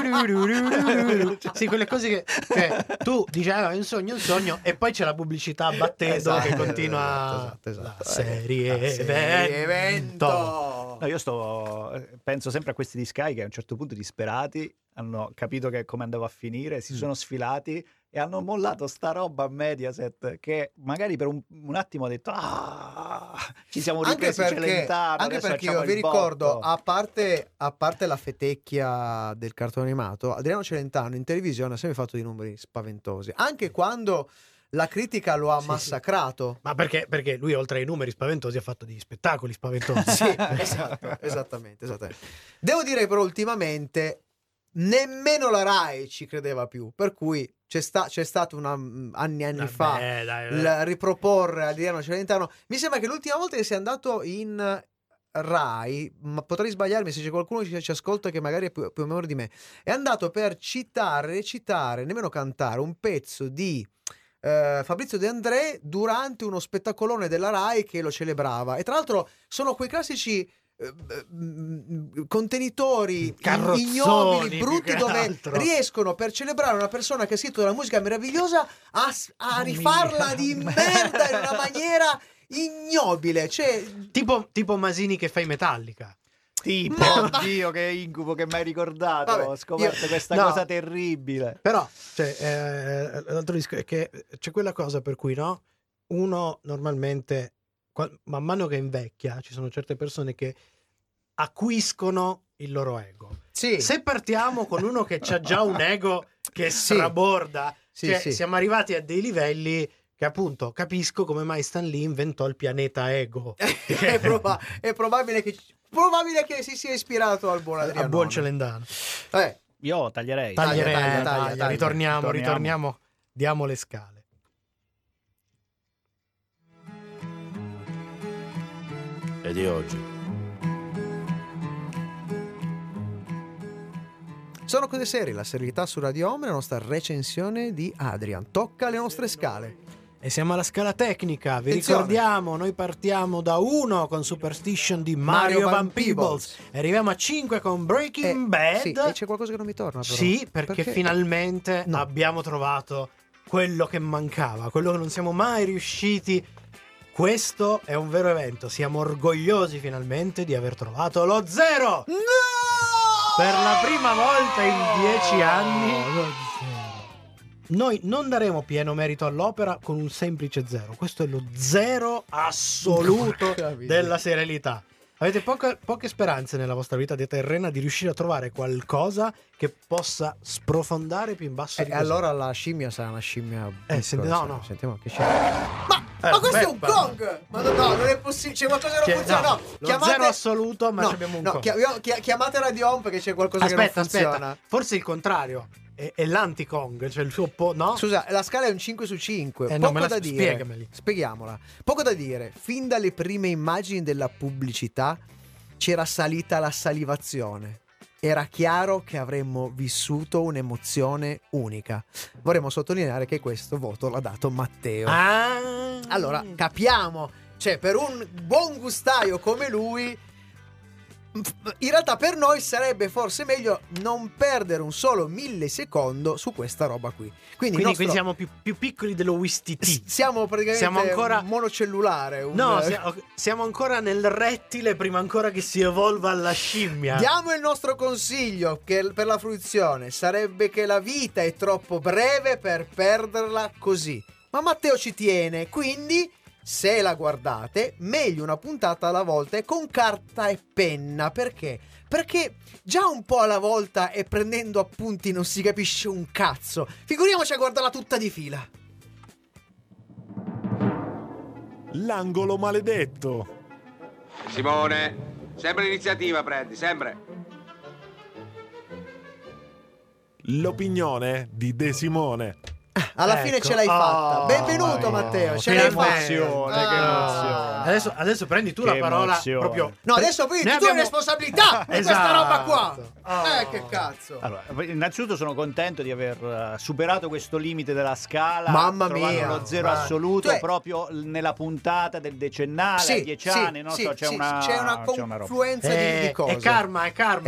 Sì, quelle cose che tu dici, è un sogno, e poi c'è la pubblicità a battedo che continua. Esatto. La serie evento. No, io penso sempre a questi di Sky che a un certo punto disperati hanno capito come andava a finire, si sono sfilati e hanno mollato sta roba a Mediaset, che magari per un attimo ha detto ci siamo ripresi Celentano, anche perché io vi ricordo, a parte la fetecchia del cartone animato, Adriano Celentano in televisione ha sempre fatto dei numeri spaventosi, anche quando la critica lo ha massacrato. Ma perché lui oltre ai numeri spaventosi ha fatto degli spettacoli spaventosi. Sì, esatto, esattamente. Devo dire però ultimamente nemmeno la Rai ci credeva più, per cui c'è stato anni fa il riproporre Adriano Celentano. Mi sembra che l'ultima volta che sia andato in Rai, ma potrei sbagliarmi se c'è qualcuno che ci ascolta che magari è più memoria di me, è andato per recitare, nemmeno cantare, un pezzo di Fabrizio De André durante uno spettacolone della Rai che lo celebrava. E tra l'altro sono quei classici contenitori ignobili, brutti, dove riescono, per celebrare una persona che ha scritto della musica meravigliosa, a rifarla di merda in una maniera ignobile, cioè tipo Masini che fa i Metallica. Oddio, che incubo che mi hai ricordato. Ho scoperto questa cosa terribile. Però l'altro disco è che c'è quella cosa per cui uno normalmente man mano che invecchia ci sono certe persone che acquisiscono il loro ego. Sì. Se partiamo con uno che c'ha già un ego che straborda, siamo arrivati a dei livelli che appunto capisco come mai Stan Lee inventò il pianeta ego. È probabile che si sia ispirato al buon Adriano, al buon Celentano. Io taglierei. Taglia. Ritorniamo, diamo le scale. E di oggi sono cose serie, la serietà su Radio Home, la nostra recensione di Adrian. Tocca le nostre scale. E siamo alla scala tecnica. Vi ricordiamo, noi partiamo da 1 con Superstition di Mario Van Peebles, arriviamo a 5 con Breaking Bad. Sì, e c'è qualcosa che non mi torna però. Sì, perché finalmente abbiamo trovato quello che mancava, quello che non siamo mai riusciti. Questo è un vero evento, siamo orgogliosi finalmente di aver trovato lo 0. No! Per la prima volta in 10 anni. Noi non daremo pieno merito all'opera con un semplice 0. Questo è lo 0 assoluto della serialità. Avete poche speranze nella vostra vita di terrena di riuscire a trovare qualcosa che possa sprofondare più in basso di così. Allora la scimmia sarà una scimmia no. Sentiamo che scimmia. Ma questo è un gong! Ma no, non è possibile, c'è qualcosa che non funziona. No, chiamate... 0 assoluto, ma abbiamo un gong. Chiamate Radio Home perché c'è qualcosa che non funziona. Aspetta, forse il contrario. È l'anti-Kong, cioè il suo no? Scusa, la scala è un 5 su 5. Poco da dire. Spiegameli. Spieghiamola. Poco da dire. Fin dalle prime immagini della pubblicità c'era salita la salivazione. Era chiaro che avremmo vissuto un'emozione unica. Vorremmo sottolineare che questo voto l'ha dato Matteo. Allora, capiamo. Cioè, per un buon gustaio come lui, in realtà per noi sarebbe forse meglio non perdere un solo millisecondo su questa roba qui. Quindi siamo più piccoli dello WISTT. Siamo praticamente ancora monocellulare. Siamo ancora nel rettile prima ancora che si evolva alla scimmia. Diamo il nostro consiglio per la fruizione. Sarebbe che la vita è troppo breve per perderla così. Ma Matteo ci tiene, quindi se la guardate, meglio una puntata alla volta e con carta e penna. Perché? Perché già un po' alla volta e prendendo appunti non si capisce un cazzo. Figuriamoci a guardarla tutta di fila. L'angolo maledetto. Simone, sempre l'iniziativa prendi, sempre. L'opinione di De Simone. Alla fine ce l'hai fatta. Benvenuto Matteo, ce l'hai fatta. Che emozione. Adesso prendi tu la parola proprio. No, adesso prendi tu la responsabilità di questa roba qua. Che cazzo. Allora, innanzitutto sono contento di aver superato questo limite della scala. Mamma mia, lo zero assoluto proprio nella puntata del decennale, 10 anni, non so, c'è una confluenza di cose. È karma.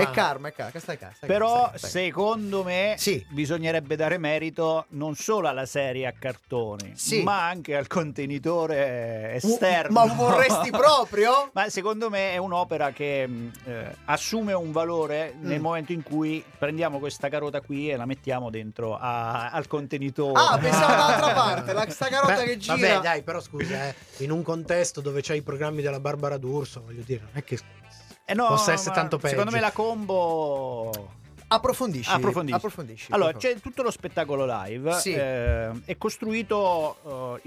Però secondo me bisognerebbe dare merito non solo alla serie a cartoni, ma anche al contenitore esterno. Ma vorresti proprio? Ma secondo me è un'opera che assume un valore nel momento in cui prendiamo questa carota qui e la mettiamo dentro al contenitore. Pensavo dall'altra parte, sta carota che gira. Vabbè, dai, però scusa, in un contesto dove c'hai i programmi della Barbara D'Urso, voglio dire, non è che possa essere tanto peggio. Secondo me la combo approfondisci. Allora, c'è tutto lo spettacolo live, è costruito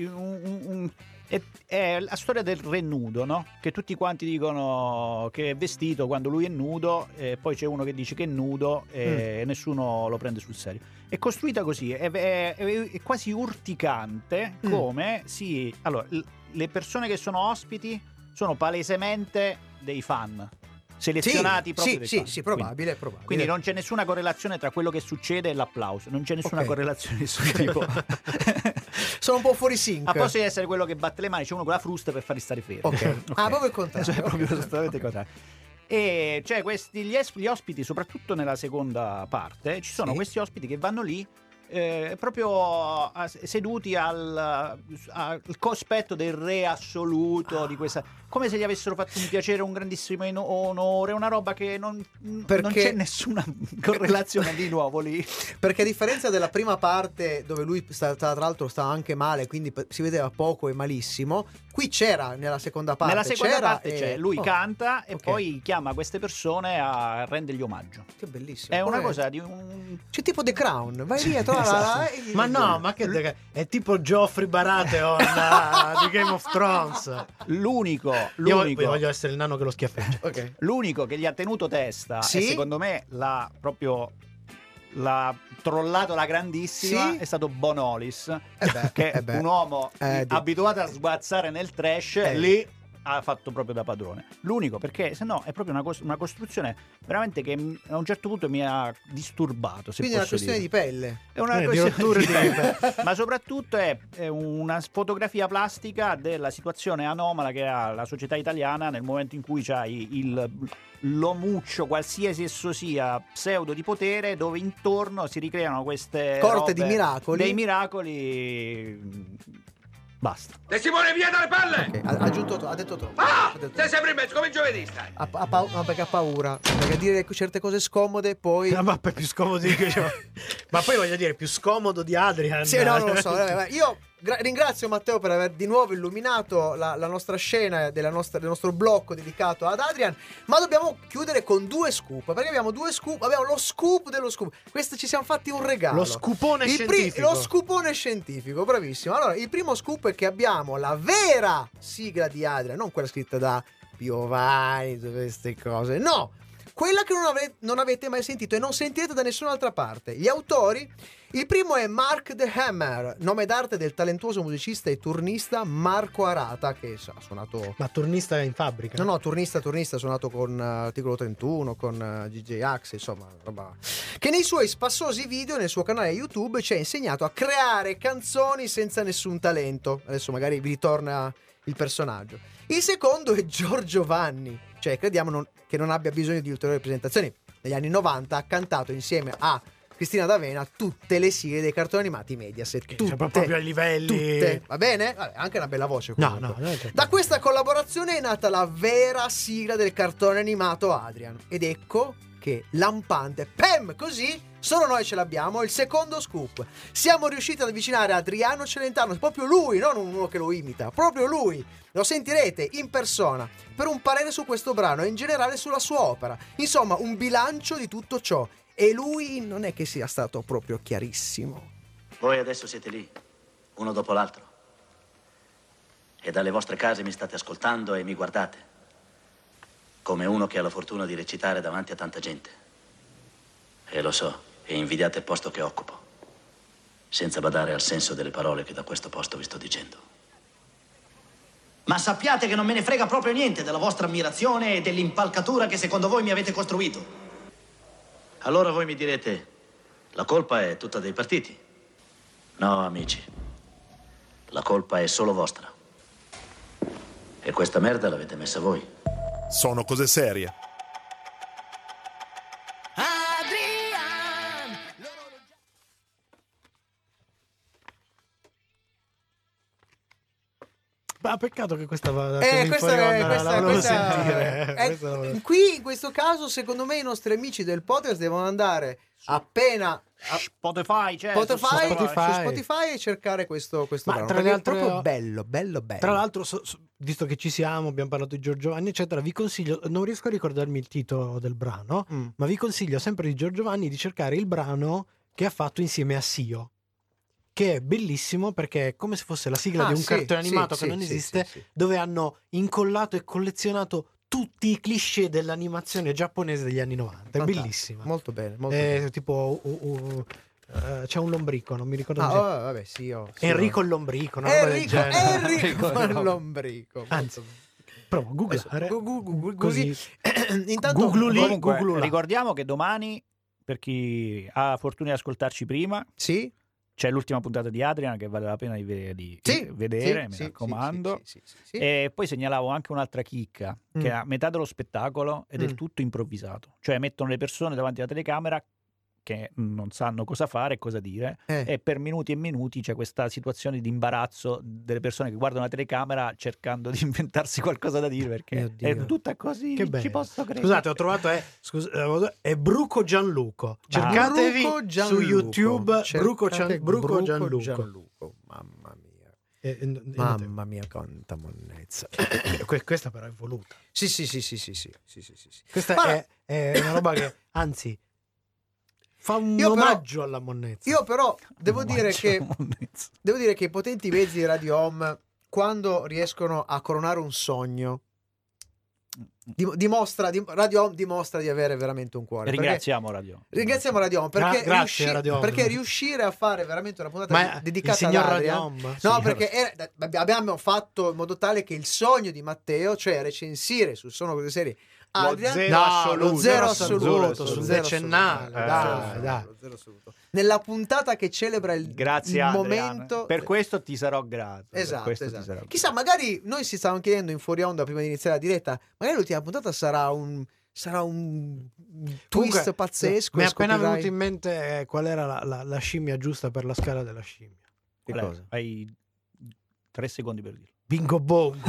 è la storia del re nudo, no? Che tutti quanti dicono che è vestito quando lui è nudo, e poi c'è uno che dice che è nudo e nessuno lo prende sul serio. È costruita così, è quasi urticante, come allora, le persone che sono ospiti sono palesemente dei fan selezionati proprio dei fan. Sì, probabile. Quindi non c'è nessuna correlazione tra quello che succede e l'applauso, non c'è nessuna correlazione di questo tipo. Sono un po' fuori sync. A posto di essere quello che batte le mani, c'è uno con la frusta per farli stare fermi. Proprio il contrario. Cioè, proprio esattamente il contrario. E cioè gli ospiti, soprattutto nella seconda parte, ci sono questi ospiti che vanno lì proprio seduti al cospetto del re assoluto di questa, come se gli avessero fatto un piacere, un grandissimo onore, una roba che non c'è nessuna correlazione di nuovo lì, perché a differenza della prima parte dove lui tra l'altro stava anche male, quindi si vedeva poco e malissimo, qui c'era nella seconda parte c'è lui canta e poi chiama queste persone a rendergli omaggio. Che bellissimo, è una cosa di un c'è tipo The Crown, vai lì a trovare ma no, ma che è tipo Joffrey Baratheon di Game of Thrones. L'unico io voglio essere il nano che lo schiaffeggia. L'unico che gli ha tenuto testa e secondo me l'ha trollato la grandissima è stato Bonolis, che è un uomo abituato a sguazzare nel trash, lì ha fatto proprio da padrone. L'unico, perché se no è proprio una costruzione veramente che a un certo punto mi ha disturbato, se quindi è una questione dire. Di pelle, è una questione di pelle. Ma soprattutto è una fotografia plastica della situazione anomala che ha la società italiana nel momento in cui c'hai l'omuccio, qualsiasi esso sia, pseudo di potere, dove intorno si ricreano queste corte di miracoli, dei miracoli. Basta. De Simone, via dalle palle! Ha detto troppo. Sei sempre in mezzo come giovedì stai. No, perché ha paura. Perché dire certe cose scomode poi. La mappa è più scomodo di che ma poi voglio dire, più scomodo di Adrian. Sì, no, non lo so. Io ringrazio Matteo per aver di nuovo illuminato la nostra scena del nostro blocco dedicato ad Adrian. Ma dobbiamo chiudere con 2 scoop. Perché abbiamo 2 scoop. Abbiamo lo scoop dello scoop. Questo ci siamo fatti un regalo. Lo scupone scientifico. Lo scupone scientifico, bravissimo. Allora, il primo scoop è che abbiamo la vera sigla di Adrian, non quella scritta da Piovani, tutte queste cose. No! Quella che non avete mai sentito e non sentirete da nessun'altra parte. Gli autori, il primo è Mark the Hammer, nome d'arte del talentuoso musicista e turnista Marco Arata, che ha suonato... Ma turnista in fabbrica? No, turnista, ha suonato con Articolo 31, con DJ Axe, insomma, roba... Che nei suoi spassosi video, nel suo canale YouTube, ci ha insegnato a creare canzoni senza nessun talento. Adesso magari vi ritorna il personaggio. Il secondo è Giorgio Vanni, cioè crediamo che non abbia bisogno di ulteriori presentazioni. Negli anni 90 ha cantato insieme a Cristina D'Avena tutte le sigle dei cartoni animati Mediaset, tutte, proprio a livelli, tutte. Va bene? Vabbè, anche una bella voce comunque. No, da questa collaborazione è nata la vera sigla del cartone animato Adrian, ed ecco che lampante, pam, così solo noi ce l'abbiamo. Il secondo scoop: siamo riusciti ad avvicinare Adriano Celentano, proprio lui, non uno che lo imita, proprio lui. Lo sentirete in persona per un parere su questo brano e in generale sulla sua opera. Insomma, un bilancio di tutto ciò. E lui non è che sia stato proprio chiarissimo. Voi adesso siete lì, uno dopo l'altro, e dalle vostre case mi state ascoltando e mi guardate, come uno che ha la fortuna di recitare davanti a tanta gente. E lo so, e invidiate il posto che occupo. senza badare al senso delle parole che da questo posto vi sto dicendo. Ma sappiate che non me ne frega proprio niente della vostra ammirazione e dell'impalcatura che secondo voi mi avete costruito. Allora voi mi direte, la colpa è tutta dei partiti. No, amici, la colpa è solo vostra. E questa merda l'avete messa voi. Sono cose serie. Ma peccato che questa va sentire. Qui in questo caso secondo me i nostri amici del podcast devono andare appena Spotify, su Spotify e cercare questo brano, tra le altre, è proprio bello. Tra l'altro, visto che ci siamo, abbiamo parlato di Giorgio Vanni eccetera, vi consiglio, non riesco a ricordarmi il titolo del brano, ma vi consiglio sempre di Giorgio Vanni di cercare il brano che ha fatto insieme a Sio, che è bellissimo perché è come se fosse la sigla di un cartone animato che non esiste, dove hanno incollato e collezionato tutti i cliché dell'animazione giapponese degli anni 90. È bellissima. Molto bene. Bene. Tipo c'è un lombrico, non mi ricordo. Vabbè, Enrico il lombrico. Enrico il lombrico. Anzi, provo a googlare. Così. Intanto ricordiamo che domani, per chi ha fortuna di ascoltarci prima, c'è l'ultima puntata di Adrian che vale la pena di vedere, mi raccomando. E poi segnalavo anche un'altra chicca, che a metà dello spettacolo è del tutto improvvisato. Cioè mettono le persone davanti alla telecamera che non sanno cosa fare e cosa dire, e per minuti e minuti c'è questa situazione di imbarazzo delle persone che guardano la telecamera cercando di inventarsi qualcosa da dire, perché è tutta così, ci posso credere. Scusate, ho trovato è Bruco Gianluco. Cercatevi su YouTube Bruco Gianluco. Mamma mia, quanta monnezza. Questa però è voluta. Sì. Questa è una roba che, anzi, fa un omaggio alla monnezza. Io però devo dire che i potenti mezzi di Radio Home, quando riescono a coronare un sogno, Radio Home dimostra di avere veramente un cuore. Ringraziamo Radio Home perché, grazie, Radio Home. Perché riuscire a fare veramente una puntata dedicata ad Adrian, perché abbiamo fatto in modo tale che il sogno di Matteo, cioè recensire su Sono Cose Serie lo zero assoluto sul decennale, dai. Nella puntata che celebra il momento. Per questo ti sarò grato. Esatto. Chissà, magari noi si stavamo chiedendo in fuori onda prima di iniziare la diretta, magari l'ultima puntata sarà un twist pazzesco. Mi è appena venuto in mente qual era la scimmia giusta per la scala della scimmia. Che cosa? Hai 3 secondi per dirlo. Bingo bongo.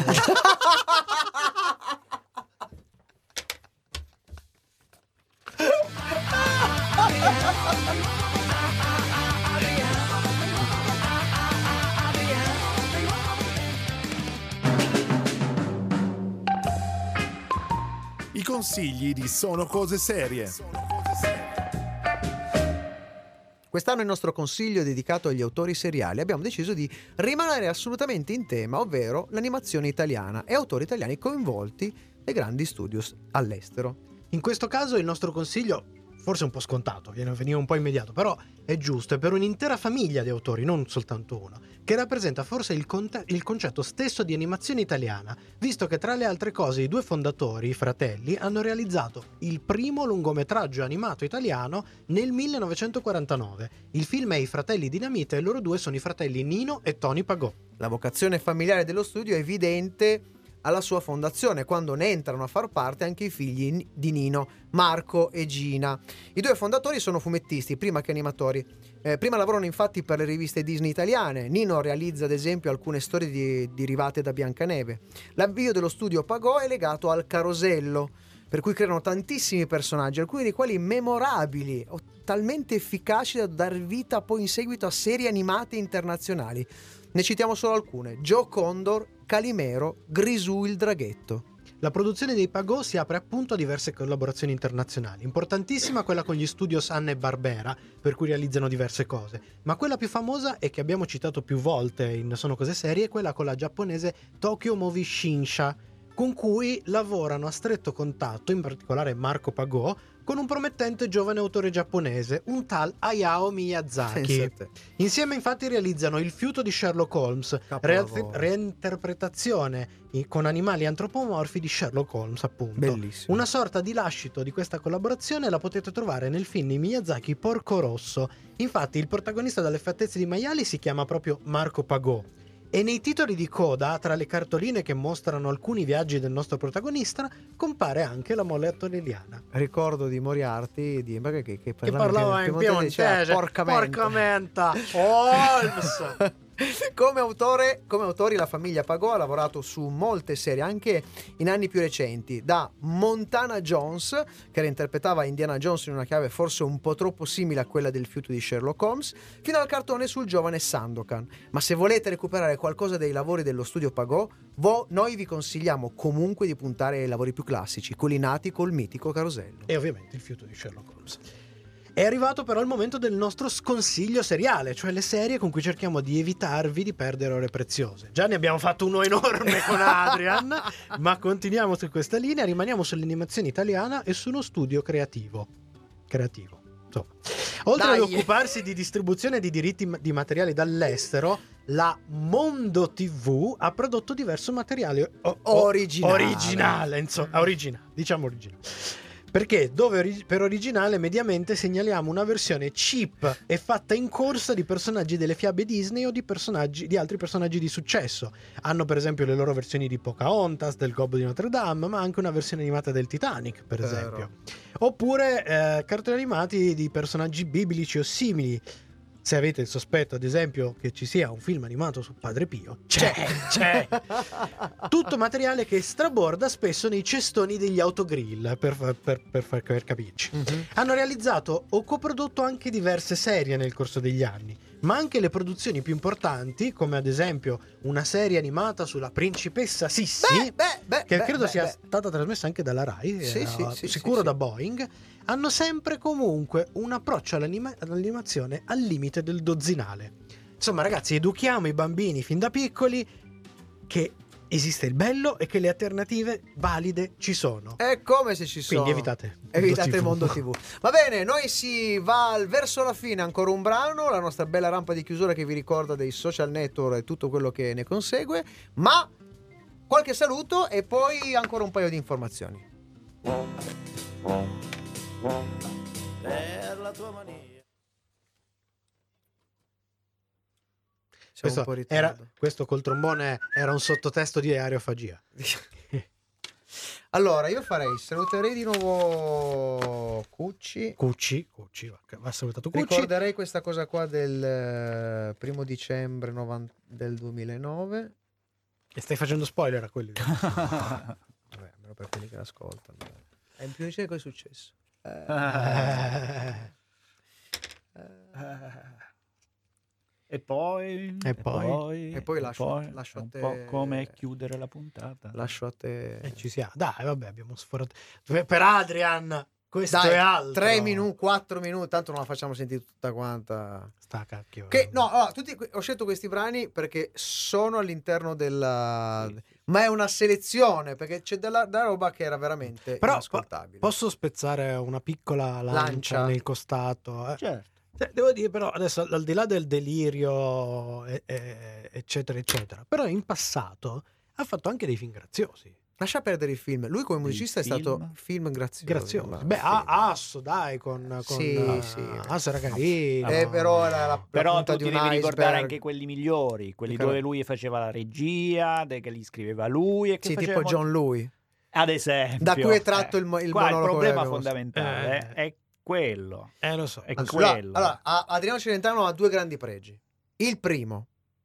I consigli di Sono Cose Serie. Quest'anno il nostro consiglio è dedicato agli autori seriali. Abbiamo deciso di rimanere assolutamente in tema, ovvero l'animazione italiana e autori italiani coinvolti nei grandi studios all'estero. In questo caso il nostro consiglio, forse un po' scontato, veniva un po' immediato, però è giusto, è per un'intera famiglia di autori, non soltanto uno, che rappresenta forse il concetto stesso di animazione italiana, visto che tra le altre cose i 2 fondatori, i fratelli, hanno realizzato il primo lungometraggio animato italiano nel 1949. Il film è I Fratelli Dinamite e loro 2 sono i fratelli Nino e Tony Pagò. La vocazione familiare dello studio è evidente alla sua fondazione, quando ne entrano a far parte anche i figli di Nino, Marco e Gina. I 2 fondatori sono fumettisti prima che animatori. Prima lavorano infatti per le riviste Disney italiane. Nino realizza ad esempio alcune storie derivate da Biancaneve. L'avvio dello studio Pagò è legato al Carosello, per cui creano tantissimi personaggi, alcuni dei quali memorabili o talmente efficaci da dar vita poi in seguito a serie animate internazionali. Ne citiamo solo alcune: Joe Condor, Calimero, Grisù il draghetto. La produzione dei Pagò si apre appunto a diverse collaborazioni internazionali, importantissima quella con gli studios Hanna-Barbera, per cui realizzano diverse cose, ma quella più famosa e che abbiamo citato più volte in Sono Cose Serie è quella con la giapponese Tokyo Movie Shinsha, con cui lavorano a stretto contatto, in particolare Marco Pagò, con un promettente giovane autore giapponese, un tal Hayao Miyazaki. Insieme infatti realizzano Il fiuto di Sherlock Holmes, reinterpretazione con animali antropomorfi di Sherlock Holmes, appunto. Bellissimo. Una sorta di lascito di questa collaborazione la potete trovare nel film di Miyazaki Porco Rosso. Infatti il protagonista dalle fattezze di maiali si chiama proprio Marco Pagò. E nei titoli di coda, tra le cartoline che mostrano alcuni viaggi del nostro protagonista, compare anche la mole antonelliana. Ricordo di Moriarty che parlava in piemontese. Porca menta. Holmes. Come autori la famiglia Pagò ha lavorato su molte serie anche in anni più recenti, da Montana Jones, che reinterpretava Indiana Jones in una chiave forse un po' troppo simile a quella del fiuto di Sherlock Holmes, fino al cartone sul giovane Sandokan. Ma se volete recuperare qualcosa dei lavori dello studio Pagò, noi vi consigliamo comunque di puntare ai lavori più classici, quelli nati col mitico Carosello. E ovviamente il fiuto di Sherlock Holmes. È arrivato però il momento del nostro sconsiglio seriale, cioè le serie con cui cerchiamo di evitarvi di perdere ore preziose. Già ne abbiamo fatto uno enorme con Adrian, ma continuiamo su questa linea, rimaniamo sull'animazione italiana e su uno studio creativo. Insomma. Oltre ad occuparsi di distribuzione di diritti di materiali dall'estero, la Mondo TV ha prodotto diverso materiale originale. Perché per originale mediamente segnaliamo una versione cheap e fatta in corsa di personaggi delle fiabe Disney o di altri personaggi di successo. Hanno per esempio le loro versioni di Pocahontas, del Gobbo di Notre Dame, ma anche una versione animata del Titanic, per esempio. Oppure cartoni animati di personaggi biblici o simili. Se avete il sospetto, ad esempio, che ci sia un film animato su Padre Pio, c'è. Tutto materiale che straborda spesso nei cestoni degli autogrill, per capirci. Hanno realizzato o coprodotto anche diverse serie nel corso degli anni, ma anche le produzioni più importanti, come ad esempio una serie animata sulla principessa Sissi, che credo sia stata trasmessa anche dalla Rai, sicuro da Boeing, hanno sempre comunque un approccio all'animazione al limite del dozzinale. Insomma, ragazzi, educhiamo i bambini fin da piccoli che esiste il bello e che le alternative valide ci sono. È come se ci sono. Quindi evitate il Mondo TV. Va bene, noi si va verso la fine, ancora un brano, la nostra bella rampa di chiusura che vi ricorda dei social network e tutto quello che ne consegue, ma qualche saluto e poi ancora un paio di informazioni. Per la tua mania. Questo col trombone era un sottotesto di aerofagia. Allora, io saluterei di nuovo Cucci, va salutato Cucci. Ricorderei questa cosa qua del 1 dicembre del 2009. E stai facendo spoiler a quelli? Vabbè, almeno per quelli che l'ascoltano. È il 1 dicembre cosa è successo? E poi lascio a te. Un po' come chiudere la puntata. Lascio a te. Ci siamo. Dai, vabbè, abbiamo sforato. Per Adrian, questo è altro. 3 minuti, 4 minuti, tanto non la facciamo sentire tutta quanta. Sta cacchio. Ho scelto questi brani perché sono all'interno della. Ma è una selezione, perché c'è della roba che era veramente inascoltabile. Posso spezzare una piccola lancia nel costato? Certo. Devo dire però adesso, al di là del delirio eccetera eccetera, però in passato ha fatto anche dei film graziosi. Lascia perdere il film, lui come musicista è stato film grazioso. Asso dai con Asso era carino, però tu di ti devi ricordare anche quelli migliori, quelli dove lui faceva la regia, che li scriveva lui e che tipo John Lui ad esempio, da cui è tratto il monologo. Il problema fondamentale è quello. Lo so. È quello. Allora, Adriano Celentano ha 2 grandi pregi. Il primo,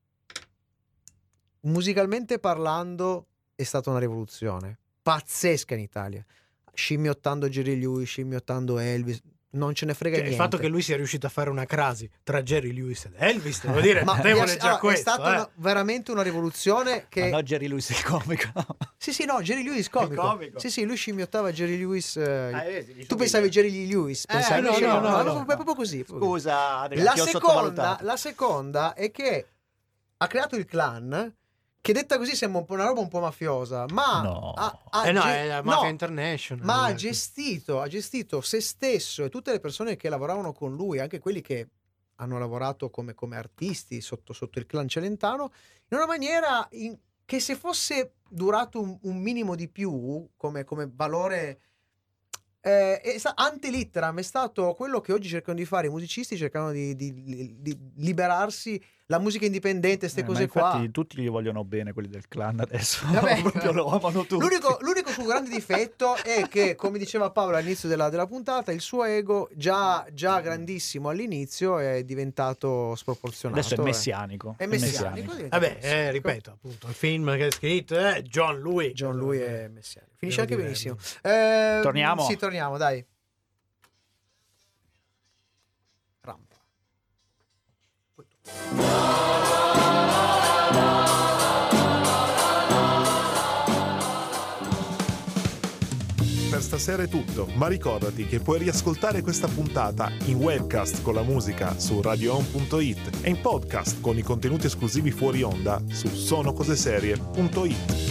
musicalmente parlando, è stata una rivoluzione pazzesca in Italia. Scimmiottando Jerry Lewis, scimmiottando Elvis, non ce ne frega niente. Il fatto che lui sia riuscito a fare una crasi tra Jerry Lewis ed Elvis, devo dire, è stata veramente una rivoluzione che... Ma no, Jerry Lewis il comico. Jerry Lewis comico. Sì, lui scimmiottava Jerry Lewis. Tu pensavi Jerry Lewis? No, proprio così. Scusa, la seconda è che ha creato il clan che detta così sembra un po' una roba un po' mafiosa, ma è la Mafia International. Ma ha gestito se stesso e tutte le persone che lavoravano con lui, anche quelli che hanno lavorato come artisti sotto il clan Celentano, in una maniera che se fosse durato un minimo di più come valore ante litteram, è stato quello che oggi cercano di fare i musicisti, cercano di liberarsi, la musica indipendente, queste cose qua. Infatti tutti gli vogliono bene, quelli del clan adesso. Proprio lo amano tutti. L'unico suo grande difetto è che, come diceva Paolo all'inizio della puntata, il suo ego già grandissimo all'inizio è diventato sproporzionato. Adesso è messianico. È messianico. Vabbè, ripeto, appunto, il film che è scritto è John Louis è messianico. Finisce anche benissimo. Torniamo? Sì, torniamo, dai. Rampa. Per stasera è tutto, ma ricordati che puoi riascoltare questa puntata in webcast con la musica su radioon.it e in podcast con i contenuti esclusivi fuori onda su sonocoseserie.it.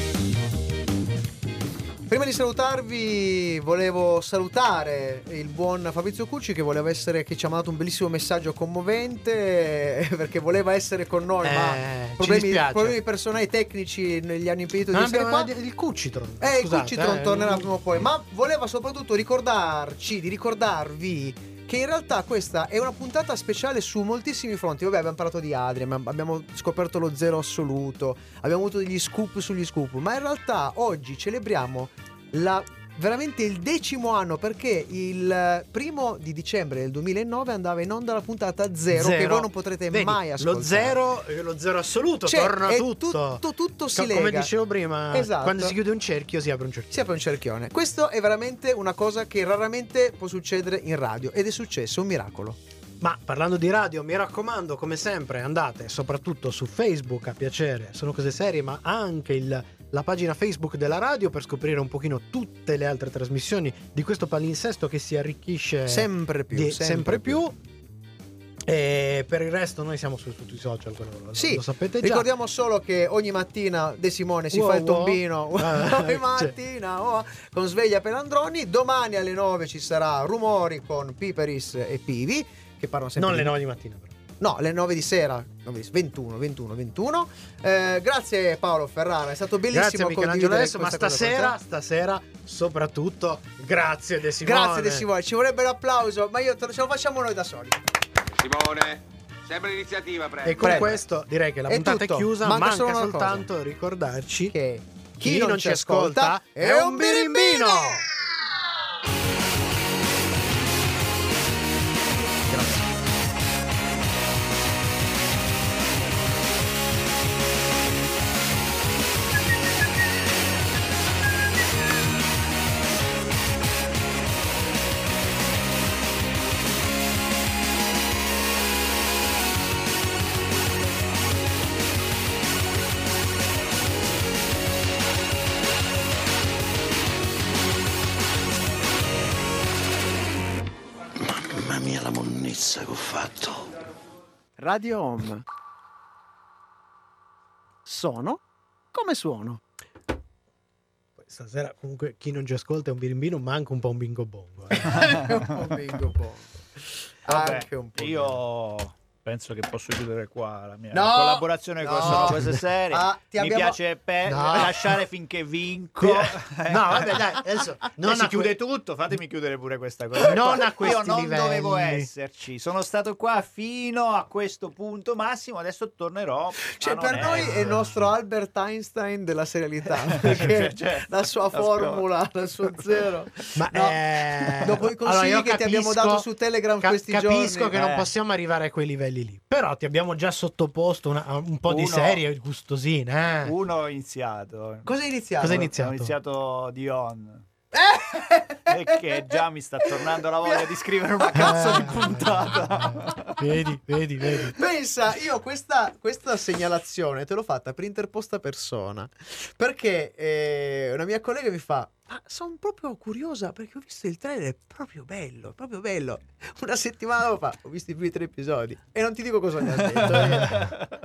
Prima di salutarvi volevo salutare il buon Fabrizio Cucci che ci ha mandato un bellissimo messaggio commovente perché voleva essere con noi ma problemi personali tecnici gli hanno impedito di essere qua. Il Cucitron il Cucitron tornerà prima o poi, ma voleva soprattutto ricordarvi che in realtà questa è una puntata speciale su moltissimi fronti. Vabbè, abbiamo parlato di Adrian, abbiamo scoperto lo zero assoluto, abbiamo avuto degli scoop sugli scoop, ma in realtà oggi celebriamo veramente il 10° anno, perché il 1° di dicembre del 2009 andava in onda la puntata 0 che voi non potrete mai ascoltare. Lo zero assoluto, torna tutto si lega. Come dicevo prima, esatto. Quando si chiude un cerchio si apre un cerchio. Si apre un cerchione. Questo è veramente una cosa che raramente può succedere in radio ed è successo, un miracolo. Ma parlando di radio, mi raccomando, come sempre, andate soprattutto su Facebook a piacere, Sono Cose Serie, ma anche la pagina Facebook della radio per scoprire un pochino tutte le altre trasmissioni di questo palinsesto che si arricchisce sempre più. E per il resto noi siamo su tutti i social, lo sapete già. Ricordiamo solo che ogni mattina De Simone si fa il tombino ogni mattina con Sveglia per Androni. Domani alle 9 ci sarà Rumori con Piperis e Pivi che parlano sempre non le 9 di mattina però. No, alle 9 di sera, 21. Grazie Paolo Ferrara, è stato bellissimo condividere ma stasera soprattutto grazie De Simone. Grazie De Simone, ci vorrebbe l'applauso, ma ce lo facciamo noi da soli. Simone, sempre l'iniziativa, prego. E con questo direi che la puntata è chiusa, manca soltanto cosa. Ricordarci che chi non ci ascolta è un birimbino. Grazie. Mamma mia, la monnezza che ho fatto. Radio Home. Sono come suono. Stasera comunque chi non ci ascolta è un birimbino, ma anche un po' un bingo bongo. Un bingo bongo. Anche un po'. Io penso che posso chiudere qua la mia collaborazione con Sono Cose Serie. Mi piace lasciare finché vinco. No, vabbè, dai, adesso non si chiude tutto, fatemi chiudere pure questa cosa. Non a questi Io non livelli. dovevo esserci. Sono stato qua fino a questo punto massimo, adesso tornerò. Cioè, per noi è il nostro Albert Einstein della serialità, perché la sua formula, il suo zero. Ma dopo i consigli che ti abbiamo dato su Telegram questi giorni, capisco che non possiamo arrivare a quei livelli lì, però ti abbiamo già sottoposto un po' di serie gustosine. Uno ho iniziato. Cosa hai iniziato? Ho iniziato Dion. E che già mi sta tornando la voglia di scrivere una cazzo di puntata. Vedi. Pensa, io questa segnalazione te l'ho fatta per interposta persona, perché una mia collega mi fa: sono proprio curiosa perché ho visto il trailer, è proprio bello. Una settimana dopo ho visto i primi 3 episodi e non ti dico cosa mi ha detto.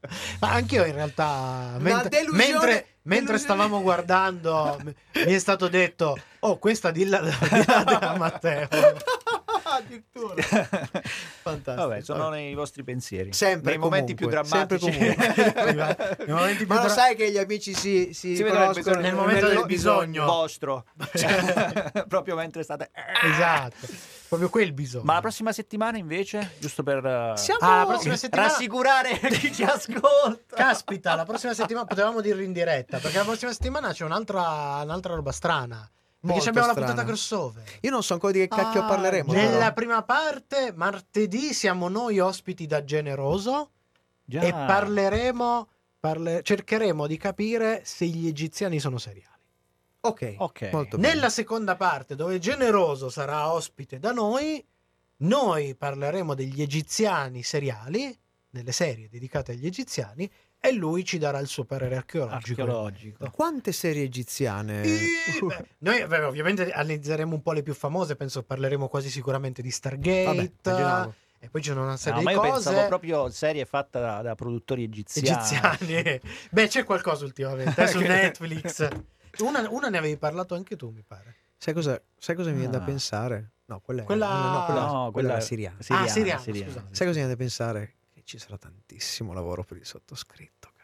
Ma anch'io in realtà mentre stavamo guardando mi è stato detto questa di là della Matteo. Addirittura. Fantastico. Vabbè, sono nei vostri pensieri. Sempre nei momenti più drammatici. Ma lo sai che gli amici si conoscono nel momento del bisogno vostro. Proprio mentre state esatto. Proprio quel bisogno. Ma la prossima settimana invece, giusto per la prossima settimana... rassicurare chi ci ascolta. Caspita, la prossima settimana potevamo dirlo in diretta, perché la prossima settimana c'è un'altra roba strana. Perché abbiamo la puntata crossover. Io non so ancora di che cacchio parleremo. Nella prima parte, martedì, siamo noi ospiti da Generoso. Già. E cercheremo di capire se gli egiziani sono seriali. Ok. Molto bene. Nella seconda parte, dove Generoso sarà ospite da noi parleremo degli egiziani seriali, nelle serie dedicate agli egiziani, e lui ci darà il suo parere archeologico. Quante serie egiziane? Noi ovviamente analizzeremo un po' le più famose, penso parleremo quasi sicuramente di Stargate. E poi c'è una serie di cose. Ma io pensavo proprio serie fatta da produttori egiziani. Beh, c'è qualcosa ultimamente su Netflix. Una ne avevi parlato anche tu, mi pare. Sai cosa mi viene da pensare? No, quella è siriana. Siriana. Sai cosa mi viene da pensare? Che ci sarà tantissimo lavoro per il sottoscritto.